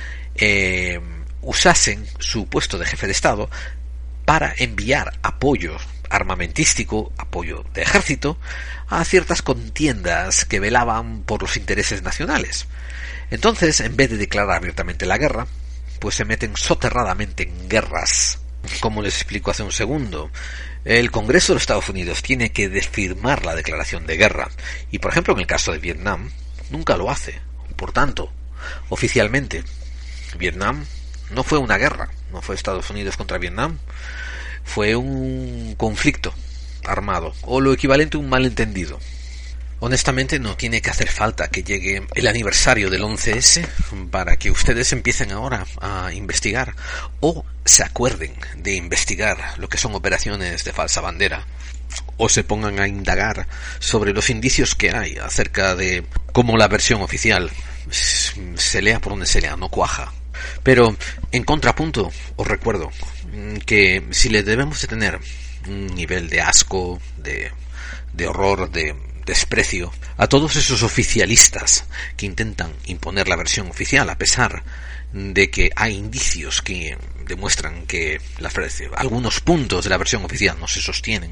usasen su puesto de jefe de Estado para enviar apoyo armamentístico, apoyo de ejército, a ciertas contiendas que velaban por los intereses nacionales. Entonces, en vez de declarar abiertamente la guerra, pues se meten soterradamente en guerras. Como les explico hace un segundo, el Congreso de los Estados Unidos tiene que firmar la declaración de guerra, y por ejemplo en el caso de Vietnam nunca lo hace. Por tanto, oficialmente Vietnam no fue una guerra, no fue Estados Unidos contra Vietnam, fue un conflicto armado, o lo equivalente a un malentendido. Honestamente, no tiene que hacer falta que llegue el aniversario del 11S para que ustedes empiecen ahora a investigar o se acuerden de investigar lo que son operaciones de falsa bandera, o se pongan a indagar sobre los indicios que hay acerca de cómo la versión oficial, se lea por donde se lea, no cuaja. Pero en contrapunto os recuerdo que si le debemos de tener un nivel de asco, de horror, de desprecio a todos esos oficialistas que intentan imponer la versión oficial, a pesar de que hay indicios que demuestran que algunos puntos de la versión oficial no se sostienen.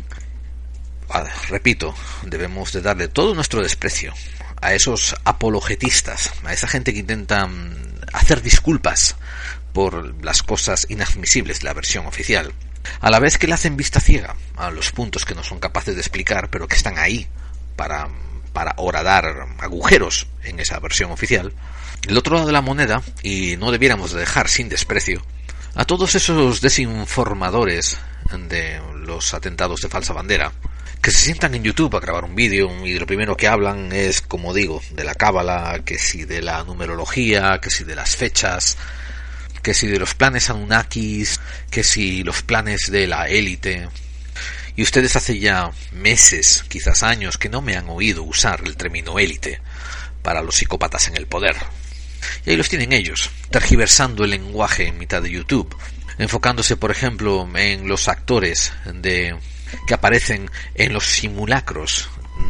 Repito, debemos de darle todo nuestro desprecio a esos apologetistas, a esa gente que intenta hacer disculpas por las cosas inadmisibles de la versión oficial, a la vez que le hacen vista ciega a los puntos que no son capaces de explicar, pero que están ahí para horadar agujeros en esa versión oficial. El otro lado de la moneda, y no debiéramos de dejar sin desprecio a todos esos desinformadores de los atentados de falsa bandera, que se sientan en YouTube a grabar un vídeo y lo primero que hablan es, como digo, de la cábala, que si de la numerología, que si de las fechas, que si de los planes Anunnakis, que si los planes de la élite. Y ustedes hace ya meses, quizás años, que no me han oído usar el término élite para los psicópatas en el poder. Y ahí los tienen ellos, tergiversando el lenguaje en mitad de YouTube, enfocándose, por ejemplo, en los actores que aparecen en los simulacros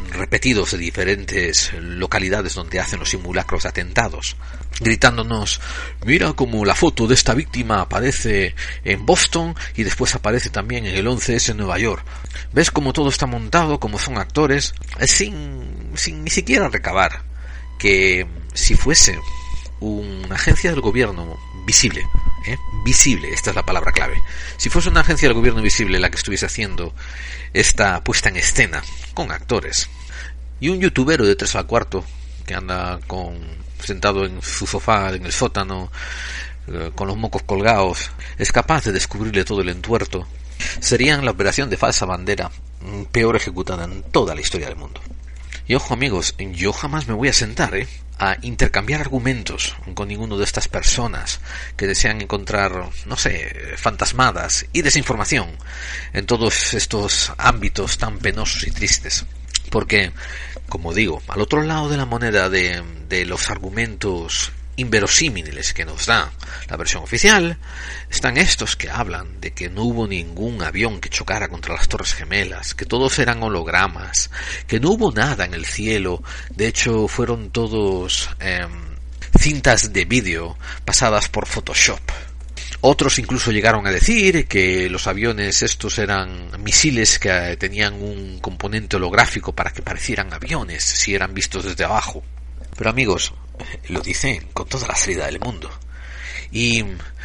repetidos de diferentes localidades donde hacen los simulacros de atentados, gritándonos: mira como la foto de esta víctima aparece en Boston y después aparece también en el 11S en Nueva York. ¿Ves cómo todo está montado, cómo son actores? Sin ni siquiera recabar que si fuese una agencia del gobierno visible, visible, esta es la palabra clave, si fuese una agencia del gobierno visible la que estuviese haciendo esta puesta en escena con actores, y un youtubero de 3 al cuarto que anda sentado en su sofá en el sótano con los mocos colgados es capaz de descubrirle todo el entuerto, serían la operación de falsa bandera peor ejecutada en toda la historia del mundo. Y ojo amigos, yo jamás me voy a sentar a intercambiar argumentos con ninguno de estas personas que desean encontrar, no sé, fantasmadas y desinformación en todos estos ámbitos tan penosos y tristes. Porque, como digo, al otro lado de la moneda de los argumentos inverosímiles que nos da la versión oficial, están estos que hablan de que no hubo ningún avión que chocara contra las Torres Gemelas, que todos eran hologramas, que no hubo nada en el cielo, de hecho fueron todos cintas de vídeo pasadas por Photoshop. Otros incluso llegaron a decir que los aviones estos eran misiles que tenían un componente holográfico para que parecieran aviones si eran vistos desde abajo. Pero amigos, lo dicen con toda la seriedad del mundo. Y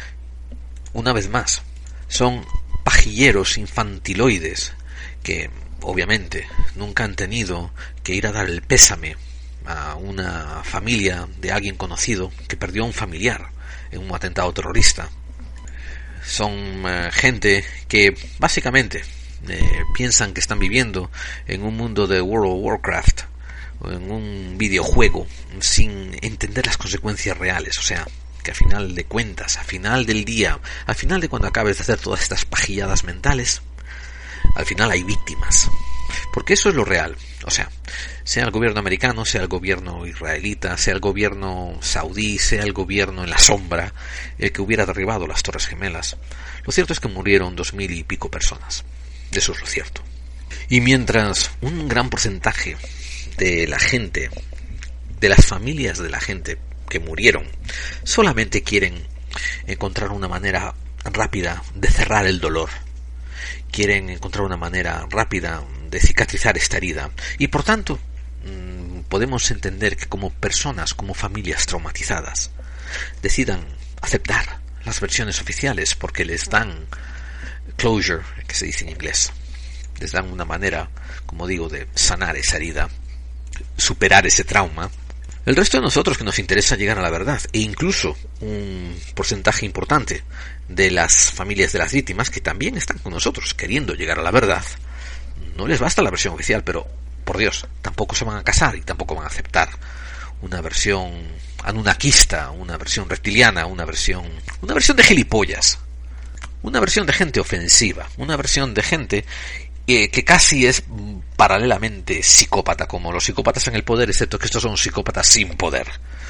una vez más, son pajilleros infantiloides que obviamente nunca han tenido que ir a dar el pésame a una familia de alguien conocido que perdió a un familiar en un atentado terrorista. Son gente que básicamente piensan que están viviendo en un mundo de World of Warcraft, en un videojuego, sin entender las consecuencias reales. O sea, que a final de cuentas, a final del día, al final de cuando acabes de hacer todas estas pajilladas mentales, al final hay víctimas. Porque eso es lo real. O sea, sea el gobierno americano, sea el gobierno israelita, sea el gobierno saudí, sea el gobierno en la sombra, el que hubiera derribado las Torres Gemelas, lo cierto es que murieron 2000 y pico personas. Eso es lo cierto. Y mientras un gran porcentaje de la gente, de las familias de la gente que murieron, solamente quieren encontrar una manera rápida de cerrar el dolor, quieren encontrar una manera rápida de cicatrizar esta herida, y por tanto podemos entender que como personas, como familias traumatizadas, decidan aceptar las versiones oficiales porque les dan closure, que se dice en inglés, les dan una manera, como digo, de sanar esa herida, superar ese trauma. El resto de nosotros que nos interesa llegar a la verdad, e incluso un porcentaje importante de las familias de las víctimas que también están con nosotros queriendo llegar a la verdad, no les basta la versión oficial, pero por Dios, tampoco se van a casar y tampoco van a aceptar una versión anunnakista, una versión reptiliana, una versión de gilipollas, una versión de gente ofensiva, una versión de gente que casi es paralelamente psicópata, como los psicópatas en el poder, excepto que estos son psicópatas sin poder,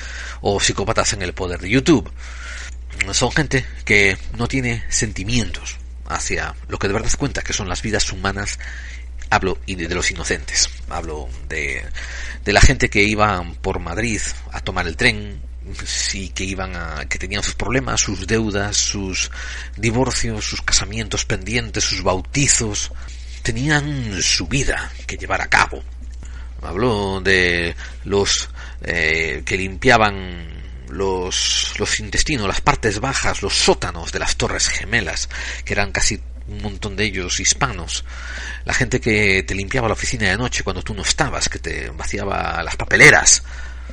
o psicópatas en el poder de YouTube. Son gente que no tiene sentimientos hacia lo que de verdad cuenta, que son las vidas humanas. Hablo de los inocentes, hablo de la gente que iba por Madrid a tomar el tren, sí, que tenían sus problemas, sus deudas, sus divorcios, sus casamientos pendientes, sus bautizos, tenían su vida que llevar a cabo. Hablo de los que limpiaban los intestinos, las partes bajas, los sótanos de las Torres Gemelas, que eran casi un montón de ellos hispanos. La gente que te limpiaba la oficina de noche cuando tú no estabas, que te vaciaba las papeleras.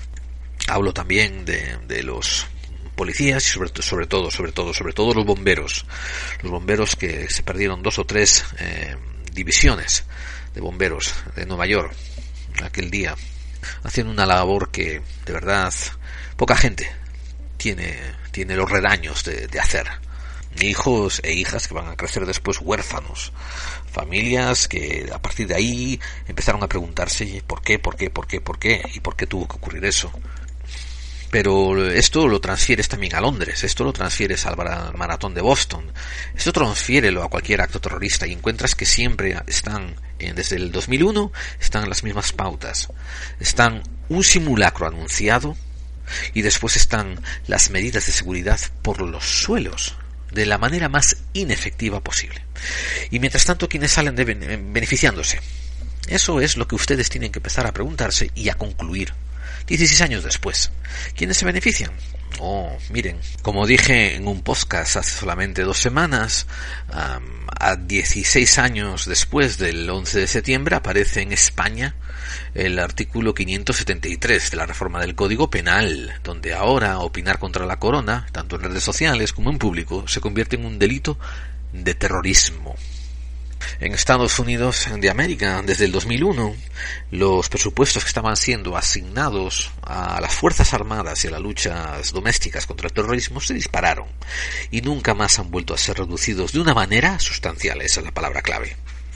Hablo también de los policías y sobre todo los bomberos. Los bomberos que se perdieron 2 o 3 divisiones de bomberos de Nueva York aquel día, haciendo una labor que de verdad poca gente tiene los redaños de hacer. Hijos e hijas que van a crecer después huérfanos, familias que a partir de ahí empezaron a preguntarse por qué y por qué tuvo que ocurrir eso. Pero esto lo transfieres también a Londres, esto lo transfieres al maratón de Boston, esto transfiérelo a cualquier acto terrorista y encuentras que siempre están, desde el 2001, están las mismas pautas. Están un simulacro anunciado y después están las medidas de seguridad por los suelos, de la manera más inefectiva posible. Y mientras tanto, ¿quiénes salen beneficiándose? Eso es lo que ustedes tienen que empezar a preguntarse y a concluir. 16 años después, ¿quiénes se benefician? Miren, como dije en un podcast hace solamente 2 semanas, a 16 años después del 11 de septiembre aparece en España el artículo 573 de la reforma del Código Penal, donde ahora opinar contra la corona, tanto en redes sociales como en público, se convierte en un delito de terrorismo. En Estados Unidos de América, desde el 2001, los presupuestos que estaban siendo asignados a las Fuerzas Armadas y a las luchas domésticas contra el terrorismo se dispararon y nunca más han vuelto a ser reducidos de una manera sustancial, esa es la palabra clave.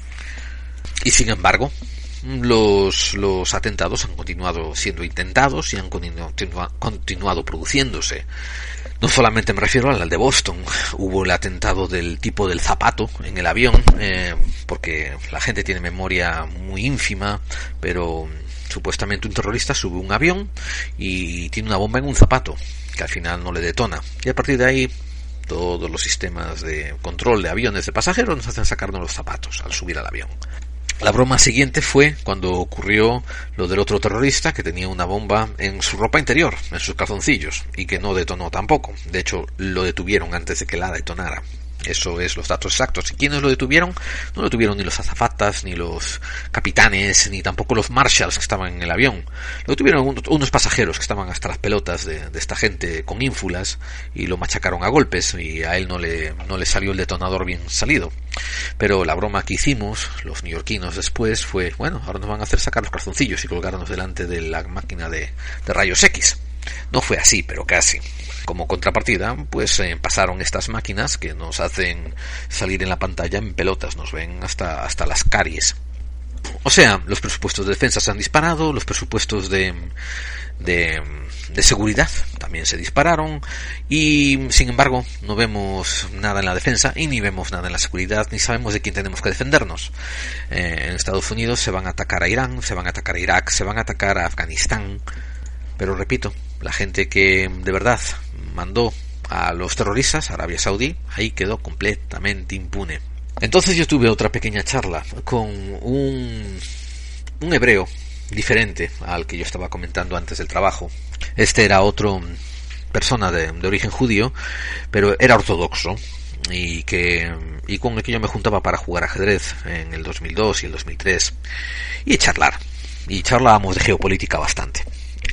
Y sin embargo, los atentados han continuado siendo intentados y han continuado produciéndose. No solamente me refiero al de Boston, hubo el atentado del tipo del zapato en el avión, porque la gente tiene memoria muy ínfima, pero supuestamente un terrorista sube un avión y tiene una bomba en un zapato, que al final no le detona. Y a partir de ahí, todos los sistemas de control de aviones de pasajeros nos hacen sacarnos los zapatos al subir al avión. La broma siguiente fue cuando ocurrió lo del otro terrorista que tenía una bomba en su ropa interior, en sus calzoncillos, y que no detonó tampoco. De hecho, lo detuvieron antes de que la detonara. Eso es los datos exactos. ¿Y quiénes lo detuvieron? No lo detuvieron ni los azafatas, ni los capitanes, ni tampoco los marshals que estaban en el avión. Lo detuvieron unos pasajeros que estaban hasta las pelotas de esta gente con ínfulas y lo machacaron a golpes y a él no le salió el detonador bien salido. Pero la broma que hicimos, los neoyorquinos después, fue, bueno, ahora nos van a hacer sacar los calzoncillos y colgarnos delante de la máquina de rayos X. No fue así, pero casi. Como contrapartida, pues pasaron estas máquinas que nos hacen salir en la pantalla en pelotas, nos ven hasta las caries. O sea, los presupuestos de defensa se han disparado, los presupuestos de seguridad también se dispararon y sin embargo no vemos nada en la defensa y ni vemos nada en la seguridad ni sabemos de quién tenemos que defendernos. En Estados Unidos se van a atacar a Irán, se van a atacar a Irak, se van a atacar a Afganistán, pero repito, la gente que de verdad mandó a los terroristas, Arabia Saudí, ahí quedó completamente impune. Entonces yo tuve otra pequeña charla con un hebreo diferente al que yo estaba comentando antes del trabajo. Este era otro persona de origen judío, pero era ortodoxo y con el que yo me juntaba para jugar ajedrez en el 2002 y el 2003 y charlábamos de geopolítica bastante.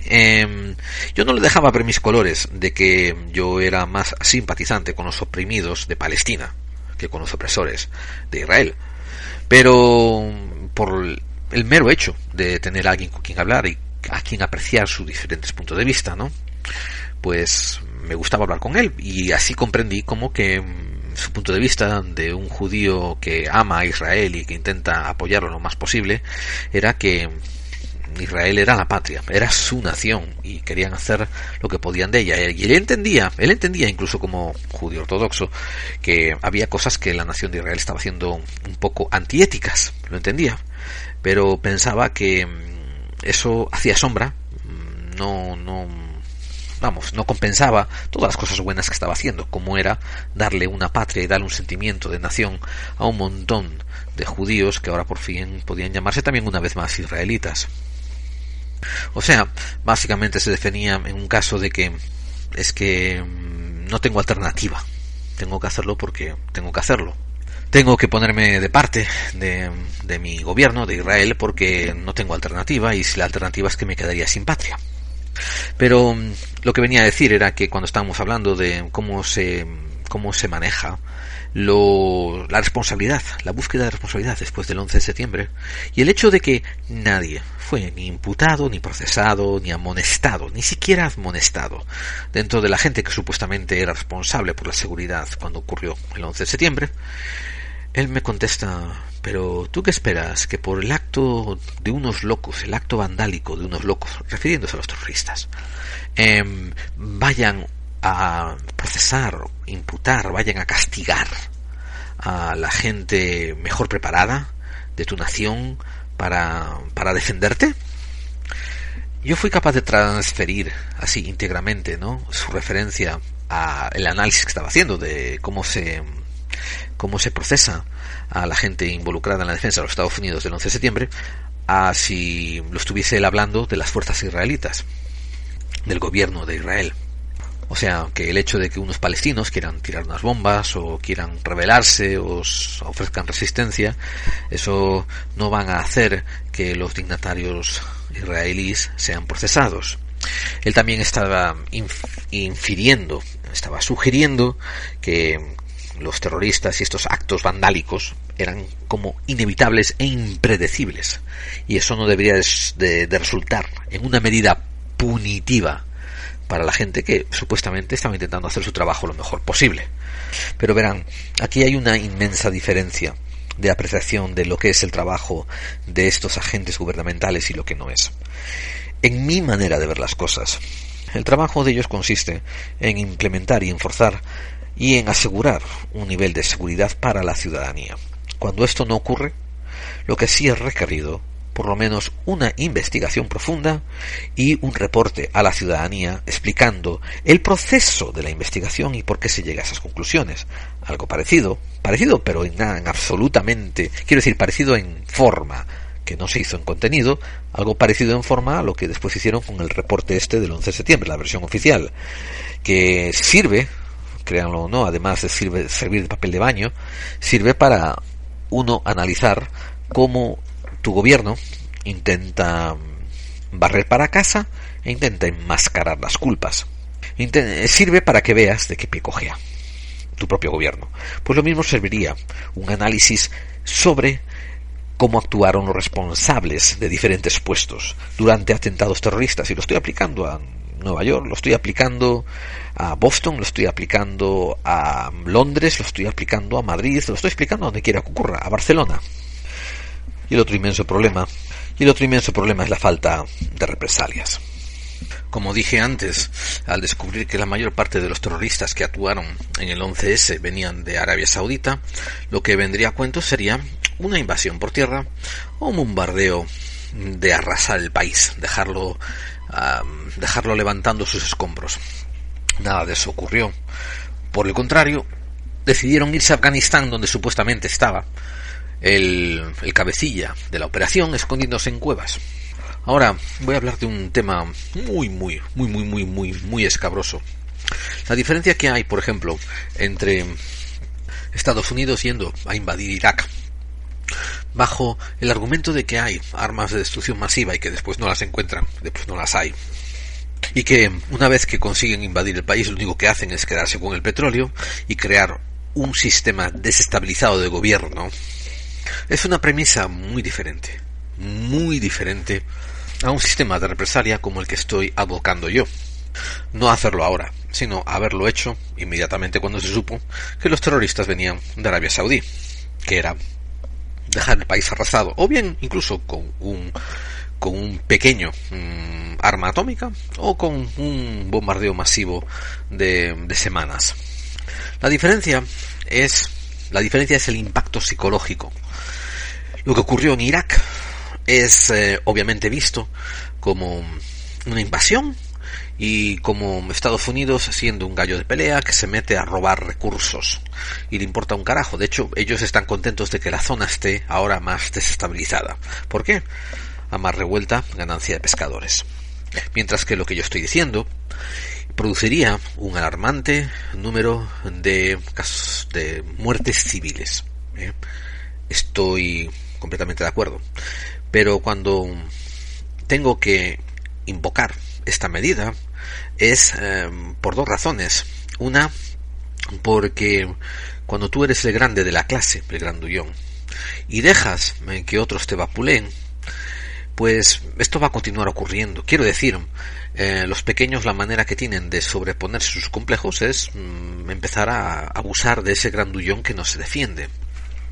Yo no le dejaba ver mis colores de que yo era más simpatizante con los oprimidos de Palestina que con los opresores de Israel, pero por el mero hecho de tener a alguien con quien hablar y a quien apreciar sus diferentes puntos de vista, ¿no? Pues me gustaba hablar con él y así comprendí como que su punto de vista de un judío que ama a Israel y que intenta apoyarlo lo más posible era que Israel era la patria, era su nación y querían hacer lo que podían de ella. Y él entendía incluso como judío ortodoxo que había cosas que la nación de Israel estaba haciendo un poco antiéticas, lo entendía, pero pensaba que eso hacía sombra, no compensaba todas las cosas buenas que estaba haciendo, como era darle una patria y darle un sentimiento de nación a un montón de judíos que ahora por fin podían llamarse también una vez más israelitas. O sea, básicamente se definía en un caso de que es que no tengo alternativa, tengo que hacerlo porque tengo que hacerlo. Tengo que ponerme de parte de mi gobierno, de Israel, porque no tengo alternativa y si la alternativa es que me quedaría sin patria. Pero lo que venía a decir era que cuando estábamos hablando de cómo se maneja la responsabilidad, la búsqueda de responsabilidad después del 11 de septiembre y el hecho de que nadie fue ni imputado, ni procesado, ni amonestado, ni siquiera admonestado dentro de la gente que supuestamente era responsable por la seguridad cuando ocurrió el 11 de septiembre, Él me contesta: pero ¿tú qué esperas? ¿Que por el acto de unos locos, el acto vandálico de unos locos, refiriéndose a los terroristas, vayan a procesar, imputar, vayan a castigar a la gente mejor preparada de tu nación para defenderte? Yo fui capaz de transferir así íntegramente, ¿no?, su referencia al análisis que estaba haciendo de cómo se procesa a la gente involucrada en la defensa de los Estados Unidos del 11 de septiembre, a si lo estuviese él hablando de las fuerzas israelitas, del gobierno de Israel. O sea, que el hecho de que unos palestinos quieran tirar unas bombas o quieran rebelarse o ofrezcan resistencia, eso no van a hacer que los dignatarios israelíes sean procesados. Él también estaba estaba sugiriendo que los terroristas y estos actos vandálicos eran como inevitables e impredecibles, y eso no debería de resultar en una medida punitiva para la gente que supuestamente estaba intentando hacer su trabajo lo mejor posible. Pero verán, aquí hay una inmensa diferencia de apreciación de lo que es el trabajo de estos agentes gubernamentales y lo que no es. En mi manera de ver las cosas, el trabajo de ellos consiste en implementar y enforzar y en asegurar un nivel de seguridad para la ciudadanía. Cuando esto no ocurre, lo que sí es requerido, por lo menos una investigación profunda y un reporte a la ciudadanía explicando el proceso de la investigación y por qué se llega a esas conclusiones. Algo parecido pero en absolutamente, quiero decir, parecido en forma, que no se hizo en contenido, algo parecido en forma a lo que después hicieron con el reporte del 11 de septiembre, la versión oficial, que sirve, créanlo o no, además de servir de papel de baño, sirve para uno analizar cómo tu gobierno intenta barrer para casa e intenta enmascarar las culpas. Sirve para que veas de qué pie cojea tu propio gobierno. Pues lo mismo serviría un análisis sobre cómo actuaron los responsables de diferentes puestos durante atentados terroristas. Y lo estoy aplicando a Nueva York, lo estoy aplicando a Boston, lo estoy aplicando a Londres, lo estoy aplicando a Madrid, lo estoy explicando a donde quiera que ocurra, a Barcelona. Y el otro inmenso problema es la falta de represalias. Como dije antes, al descubrir que la mayor parte de los terroristas que actuaron en el 11S venían de Arabia Saudita, lo que vendría a cuento sería una invasión por tierra o un bombardeo de arrasar el país, dejarlo levantando sus escombros. Nada de eso ocurrió. Por el contrario, decidieron irse a Afganistán, donde supuestamente estaba el cabecilla de la operación, escondiéndose en cuevas. Ahora voy a hablar de un tema muy escabroso. La diferencia que hay, por ejemplo, entre Estados Unidos yendo a invadir Irak, bajo el argumento de que hay armas de destrucción masiva y que después no las encuentran, después no las hay, y que una vez que consiguen invadir el país lo único que hacen es quedarse con el petróleo y crear un sistema desestabilizado de gobierno, es una premisa muy diferente a un sistema de represalia como el que estoy advocando yo. No hacerlo ahora, sino haberlo hecho inmediatamente cuando se supo que los terroristas venían de Arabia Saudí, que era dejar el país arrasado, o bien incluso con un pequeño arma atómica o con un bombardeo masivo de semanas. La diferencia es el impacto psicológico. Lo que ocurrió en Irak es obviamente visto como una invasión y como Estados Unidos siendo un gallo de pelea que se mete a robar recursos y le importa un carajo. De hecho, ellos están contentos de que la zona esté ahora más desestabilizada. ¿Por qué? A más revuelta, ganancia de pescadores. Mientras que lo que yo estoy diciendo produciría un alarmante número de casos de muertes civiles. Estoy completamente de acuerdo. Pero cuando tengo que invocar esta medida es por dos razones. Una, porque cuando tú eres el grande de la clase, el grandullón, y dejas que otros te vapuleen, pues esto va a continuar ocurriendo. Quiero decir, los pequeños, la manera que tienen de sobreponerse sus complejos es empezar a abusar de ese grandullón que no se defiende.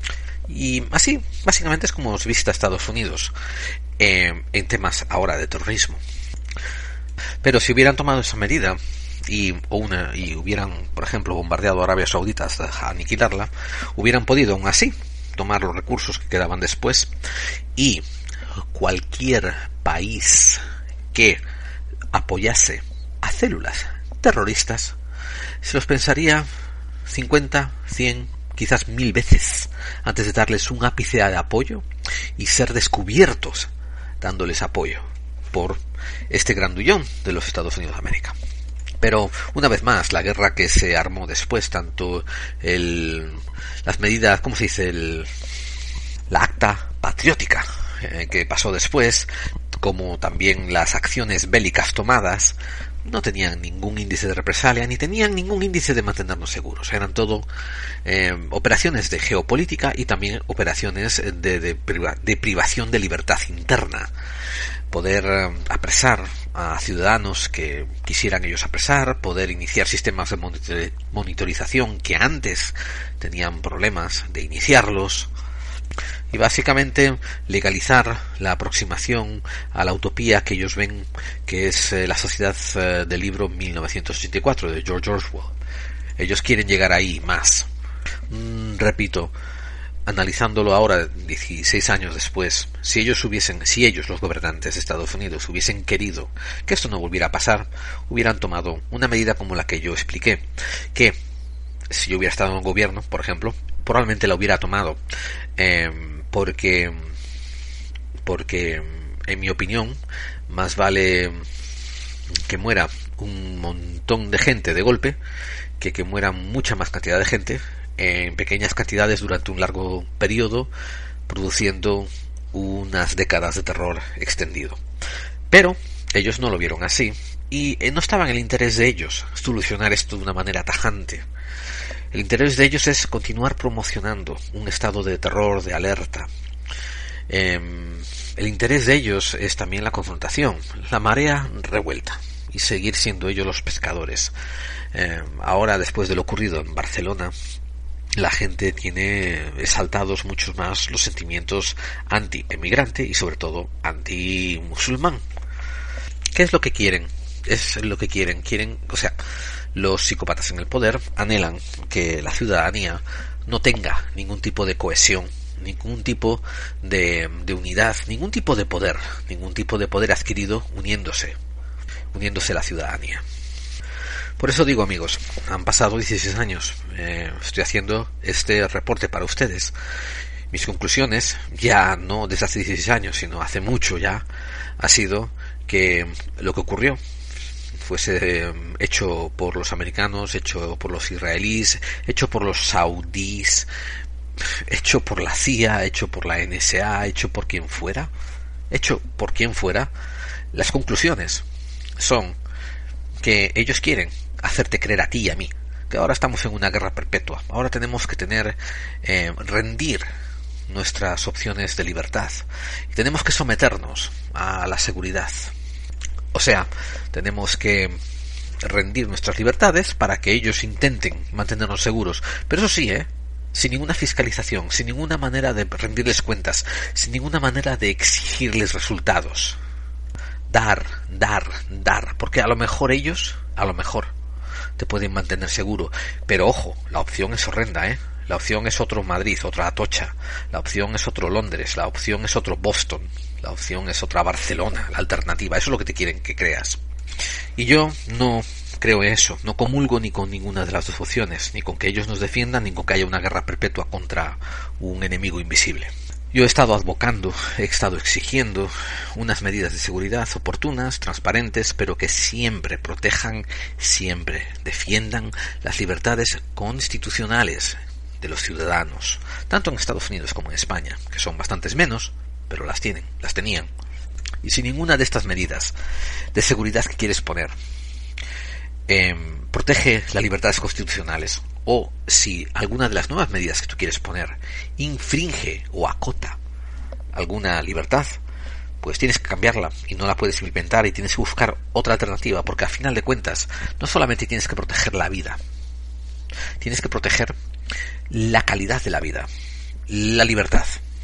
Y así, básicamente, es como se visita Estados Unidos en temas ahora de terrorismo. Pero si hubieran tomado esa medida y hubieran, por ejemplo, bombardeado a Arabia Saudita hasta aniquilarla, hubieran podido aún así tomar los recursos que quedaban después, y cualquier país que apoyase a células terroristas se los pensaría 50, 100, quizás 1000 veces antes de darles un ápice de apoyo y ser descubiertos dándoles apoyo por este grandullón de los Estados Unidos de América. Pero una vez más, la guerra que se armó después, tanto las medidas, ¿cómo se dice? La acta patriótica que pasó después, como también las acciones bélicas tomadas, no tenían ningún índice de represalia, ni tenían ningún índice de mantenernos seguros. Eran todo operaciones de geopolítica y también operaciones de privación de libertad interna. Poder apresar a ciudadanos que quisieran ellos apresar, poder iniciar sistemas de monitorización que antes tenían problemas de iniciarlos, y básicamente legalizar la aproximación a la utopía que ellos ven que es la sociedad del libro 1984 de George Orwell. Ellos quieren llegar ahí más. Repito, analizándolo ahora, 16 años después, si ellos, los gobernantes de Estados Unidos, hubiesen querido que esto no volviera a pasar, hubieran tomado una medida como la que yo expliqué, que si yo hubiera estado en un gobierno, por ejemplo, probablemente la hubiera tomado, porque en mi opinión más vale que muera un montón de gente de golpe que muera mucha más cantidad de gente en pequeñas cantidades durante un largo periodo, produciendo unas décadas de terror extendido. Pero ellos no lo vieron así, y no estaba en el interés de ellos solucionar esto de una manera tajante. El interés de ellos es continuar promocionando un estado de terror, de alerta. El interés de ellos es también la confrontación, la marea revuelta, y seguir siendo ellos los pescadores. Ahora, después de lo ocurrido en Barcelona, la gente tiene exaltados mucho más los sentimientos anti-emigrante y sobre todo anti-musulmán. ¿Qué es lo que quieren? Los psicópatas en el poder anhelan que la ciudadanía no tenga ningún tipo de cohesión, ningún tipo de unidad, ningún tipo de poder adquirido uniéndose la ciudadanía. Por eso digo, amigos, han pasado 16 años, estoy haciendo este reporte para ustedes. Mis conclusiones, ya no desde hace 16 años, sino hace mucho ya, ha sido que lo que ocurrió fuese hecho por los americanos, hecho por los israelíes, hecho por los saudíes, hecho por la CIA, hecho por la NSA, hecho por quien fuera, las conclusiones son que ellos quieren hacerte creer a ti y a mí que ahora estamos en una guerra perpetua. Ahora tenemos que rendir nuestras opciones de libertad y tenemos que someternos a la seguridad. O sea, tenemos que rendir nuestras libertades para que ellos intenten mantenernos seguros. Pero eso sí, sin ninguna fiscalización, sin ninguna manera de rendirles cuentas, sin ninguna manera de exigirles resultados. Dar, porque a lo mejor ellos, te pueden mantener seguro. Pero ojo, la opción es horrenda, La opción es otro Madrid, otra Atocha. La opción es otro Londres, la opción es otro Boston. La opción es otra Barcelona, la alternativa. Eso es lo que te quieren que creas. Y yo no creo en eso. No comulgo ni con ninguna de las dos opciones. Ni con que ellos nos defiendan, ni con que haya una guerra perpetua contra un enemigo invisible. Yo he estado advocando, he estado exigiendo unas medidas de seguridad oportunas, transparentes, pero que siempre protejan, siempre defiendan las libertades constitucionales de los ciudadanos, tanto en Estados Unidos como en España, que son bastantes menos, pero las tenían. Y si ninguna de estas medidas de seguridad que quieres poner protege las libertades constitucionales, o si alguna de las nuevas medidas que tú quieres poner infringe o acota alguna libertad, pues tienes que cambiarla y no la puedes implementar y tienes que buscar otra alternativa, porque al final de cuentas no solamente tienes que proteger la vida, tienes que proteger la calidad de la vida. la libertad.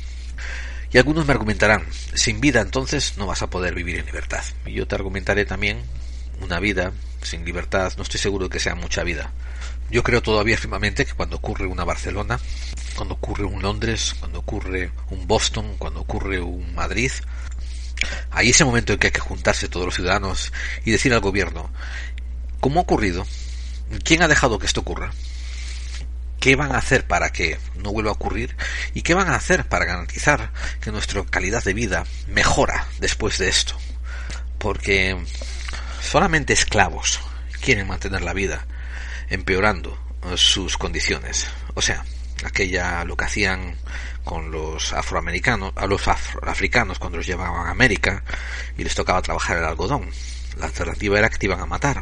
Y algunos me argumentarán, sin vida entonces no vas a poder vivir en libertad. Y yo te argumentaré también, una vida sin libertad no estoy seguro de que sea mucha vida. Yo creo todavía firmemente que cuando ocurre una Barcelona, cuando ocurre un Londres, cuando ocurre un Boston, cuando ocurre un Madrid, hay ese momento en que hay que juntarse todos los ciudadanos y decir al gobierno, ¿cómo ha ocurrido? ¿Quién ha dejado que esto ocurra? ¿Qué van a hacer para que no vuelva a ocurrir? ¿Y qué van a hacer para garantizar que nuestra calidad de vida mejora después de esto? Porque solamente esclavos quieren mantener la vida empeorando sus condiciones. O sea, lo que hacían con los afroamericanos, a los africanos cuando los llevaban a América y les tocaba trabajar el algodón. La alternativa era que te iban a matar.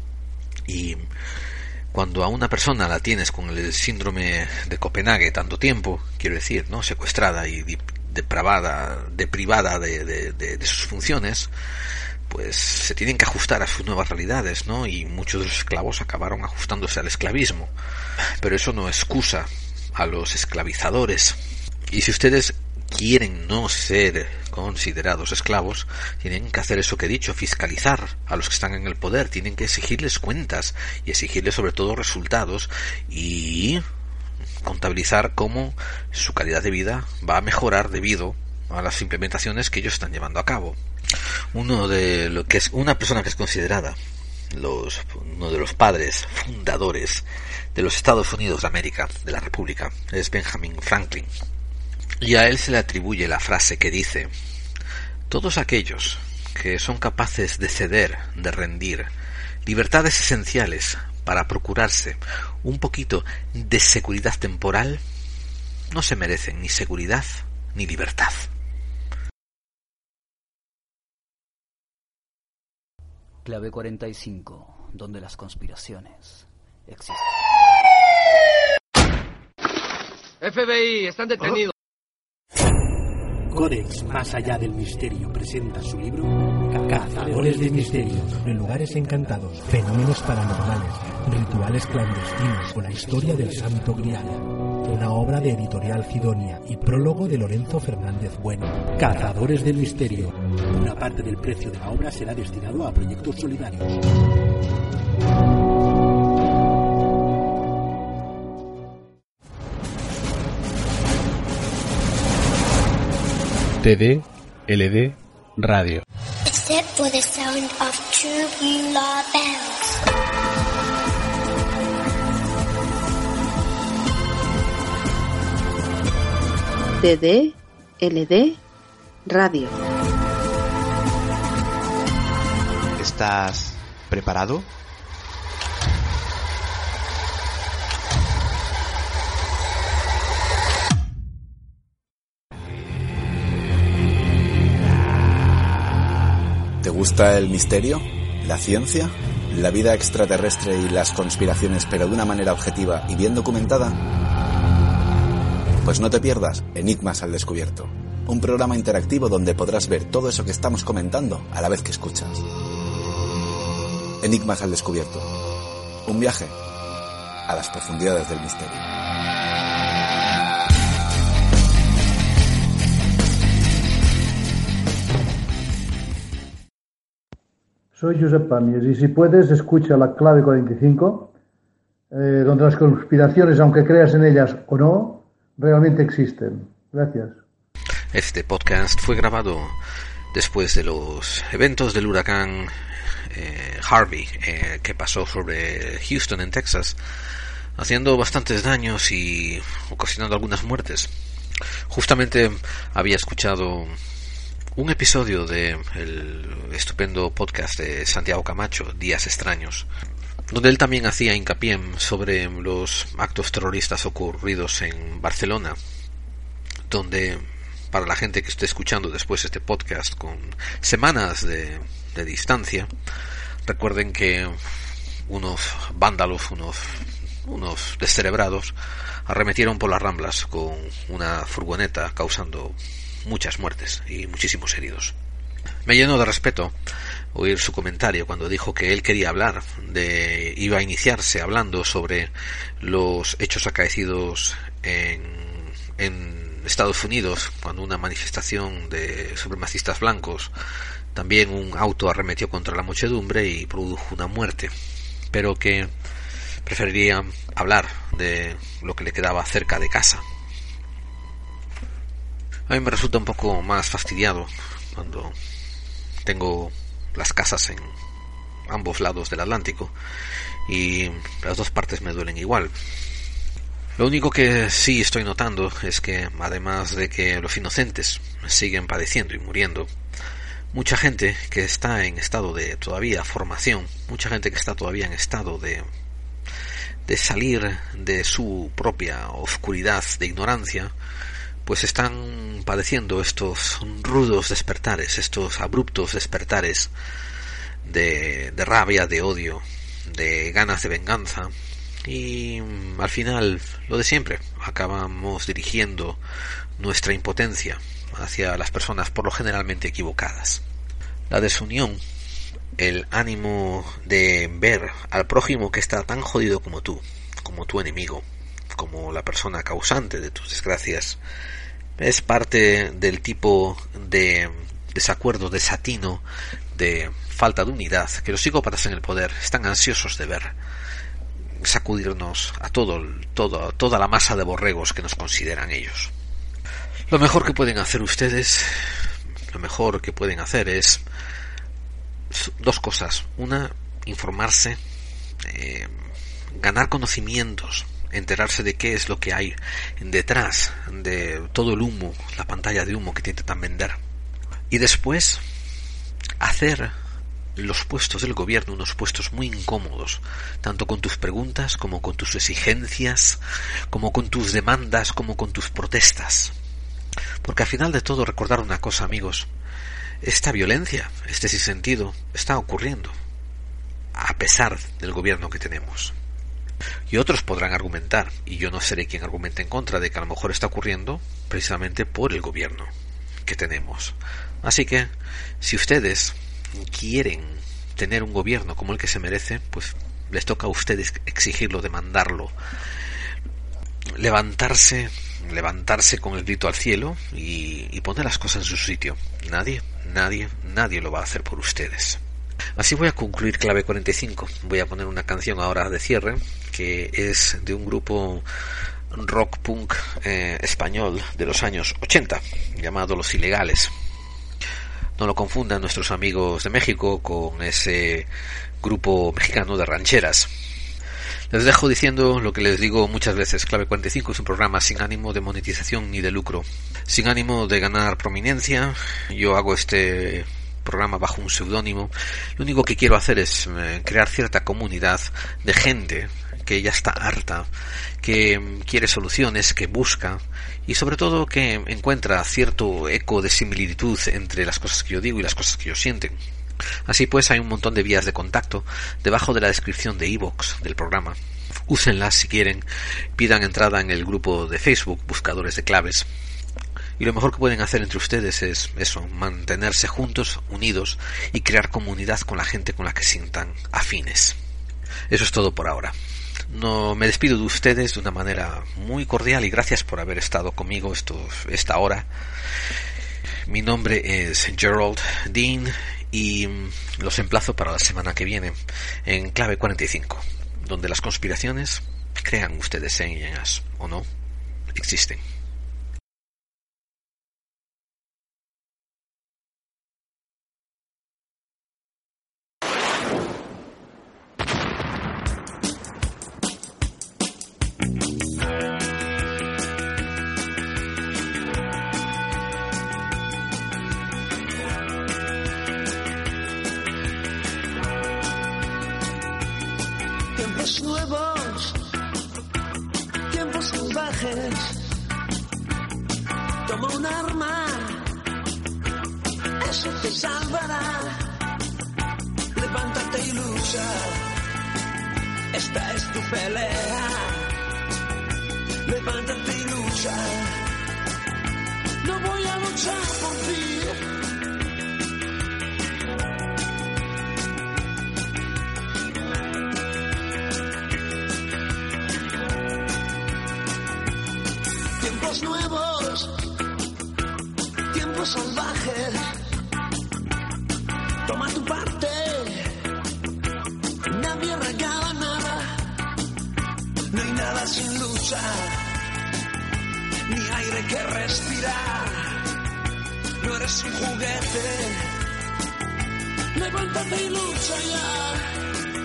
Y cuando a una persona la tienes con el síndrome de Copenhague tanto tiempo, quiero decir, ¿no?, secuestrada y deprivada de sus funciones, pues se tienen que ajustar a sus nuevas realidades, ¿no? Y muchos de los esclavos acabaron ajustándose al esclavismo. Pero eso no excusa a los esclavizadores. Y si ustedes quieren no ser considerados esclavos, tienen que hacer eso que he dicho, fiscalizar a los que están en el poder, tienen que exigirles cuentas y exigirles sobre todo resultados y contabilizar cómo su calidad de vida va a mejorar debido a las implementaciones que ellos están llevando a cabo. Uno de lo que es una persona que es considerada uno de los padres fundadores de los Estados Unidos de América, de la República, es Benjamin Franklin. Y a él se le atribuye la frase que dice: todos aquellos que son capaces de ceder, de rendir libertades esenciales para procurarse un poquito de seguridad temporal, no se merecen ni seguridad ni libertad. Clave 45, donde las conspiraciones existen. FBI, están detenidos. Codex Más Allá del Misterio presenta su libro Cazadores de Misterios, en lugares encantados, fenómenos paranormales, rituales clandestinos o la historia del Santo Grial. Una obra de Editorial Cidonia y prólogo de Lorenzo Fernández Bueno. Cazadores del Misterio. Una parte del precio de la obra será destinado a proyectos solidarios. TD-LD Radio. Except for the sound of tubular bells. TD-LD Radio. ¿Estás preparado? ¿Te gusta el misterio? ¿La ciencia? ¿La vida extraterrestre y las conspiraciones, pero de una manera objetiva y bien documentada? Pues no te pierdas Enigmas al Descubierto, un programa interactivo donde podrás ver todo eso que estamos comentando a la vez que escuchas. Enigmas al Descubierto, un viaje a las profundidades del misterio. Soy Josep Pàmies y si puedes escucha la clave 45, donde las conspiraciones, aunque creas en ellas o no, realmente existen. Gracias. Este podcast fue grabado después de los eventos del huracán Harvey que pasó sobre Houston en Texas, haciendo bastantes daños y ocasionando algunas muertes. Justamente había escuchado un episodio de el estupendo podcast de Santiago Camacho, Días Extraños, donde él también hacía hincapié sobre los actos terroristas ocurridos en Barcelona, donde, para la gente que esté escuchando después este podcast con semanas de distancia, recuerden que unos vándalos, unos descerebrados, arremetieron por las Ramblas con una furgoneta, causando muchas muertes y muchísimos heridos. Me llenó de respeto oír su comentario cuando dijo que él quería iba a iniciarse hablando sobre los hechos acaecidos en en Estados Unidos, cuando una manifestación de supremacistas blancos, también un auto arremetió contra la muchedumbre y produjo una muerte, pero que preferiría hablar de lo que le quedaba cerca de casa. A mí me resulta un poco más fastidiado cuando tengo las casas en ambos lados del Atlántico y las dos partes me duelen igual. Lo único que sí estoy notando es que, además de que los inocentes siguen padeciendo y muriendo, mucha gente que está en estado de todavía formación, mucha gente que está todavía en estado de salir de su propia oscuridad de ignorancia, pues están padeciendo estos rudos despertares, estos abruptos despertares de rabia, de odio, de ganas de venganza, y al final lo de siempre, acabamos dirigiendo nuestra impotencia hacia las personas por lo generalmente equivocadas. La desunión, el ánimo de ver al prójimo que está tan jodido como tú, como tu enemigo, como la persona causante de tus desgracias, es parte del tipo de desacuerdo, desatino, de falta de unidad que los psicópatas en el poder están ansiosos de ver sacudirnos a toda la masa de borregos que nos consideran ellos. Lo mejor que pueden hacer ustedes, lo mejor que pueden hacer es dos cosas. Una, informarse, ganar conocimientos, enterarse de qué es lo que hay detrás de todo el humo, la pantalla de humo que te intentan vender. Y después, hacer los puestos del gobierno unos puestos muy incómodos, tanto con tus preguntas, como con tus exigencias, como con tus demandas, como con tus protestas. Porque al final de todo, recordar una cosa, amigos, esta violencia, este sinsentido, está ocurriendo, a pesar del gobierno que tenemos. Y otros podrán argumentar, y yo no seré quien argumente en contra de que a lo mejor está ocurriendo precisamente por el gobierno que tenemos. Así que, si ustedes quieren tener un gobierno como el que se merece, pues les toca a ustedes exigirlo, demandarlo, levantarse con el grito al cielo y poner las cosas en su sitio. Nadie lo va a hacer por ustedes. Así voy a concluir Clave 45. Voy a poner una canción ahora de cierre, que es de un grupo rock punk español de los años 80, llamado Los Ilegales. No lo confundan nuestros amigos de México con ese grupo mexicano de rancheras. Les dejo diciendo lo que les digo muchas veces. Clave 45 es un programa sin ánimo de monetización ni de lucro, sin ánimo de ganar prominencia. Yo hago este programa bajo un seudónimo. Lo único que quiero hacer es crear cierta comunidad de gente que ya está harta, que quiere soluciones, que busca y sobre todo que encuentra cierto eco de similitud entre las cosas que yo digo y las cosas que ellos sienten. Así pues, hay un montón de vías de contacto debajo de la descripción de iVoox del programa. Úsenlas si quieren, pidan entrada en el grupo de Facebook Buscadores de Claves. Y lo mejor que pueden hacer entre ustedes es eso, mantenerse juntos, unidos y crear comunidad con la gente con la que sientan afines. Eso es todo por ahora. No me despido de ustedes de una manera muy cordial y gracias por haber estado conmigo esta hora. Mi nombre es Gerald Dean y los emplazo para la semana que viene en Clave 45, donde las conspiraciones, crean ustedes en ellas o no, existen. Nuevos, tiempos salvajes. Toma un arma, eso te salvará. Levántate y lucha, esta es tu pelea. Levántate y lucha, no voy a luchar por ti. Tiempos nuevos, tiempos salvajes. Toma tu parte, nadie regala nada. No hay nada sin lucha, ni aire que respirar. No eres un juguete, levántate y lucha ya.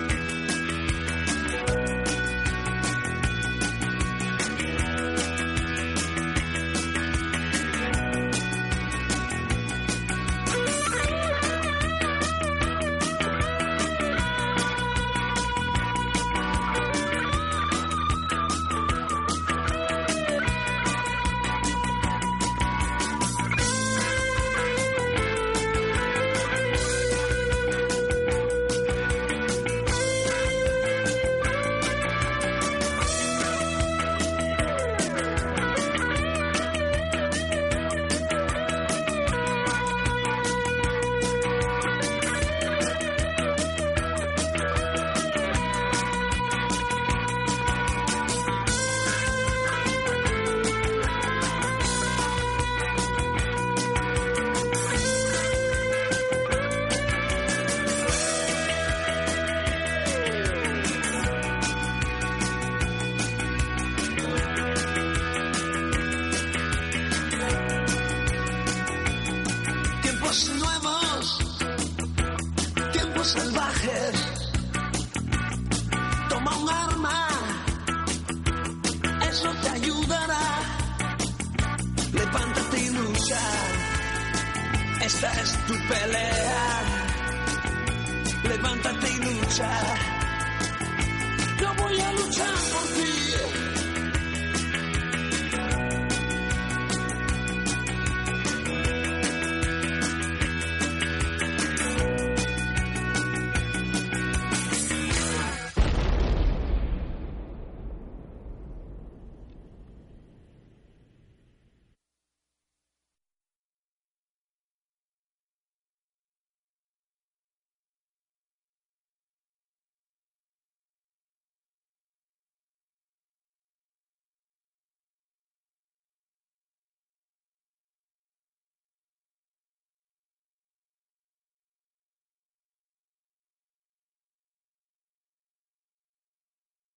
Esta es tu pelea, levántate y lucha. Yo voy a luchar.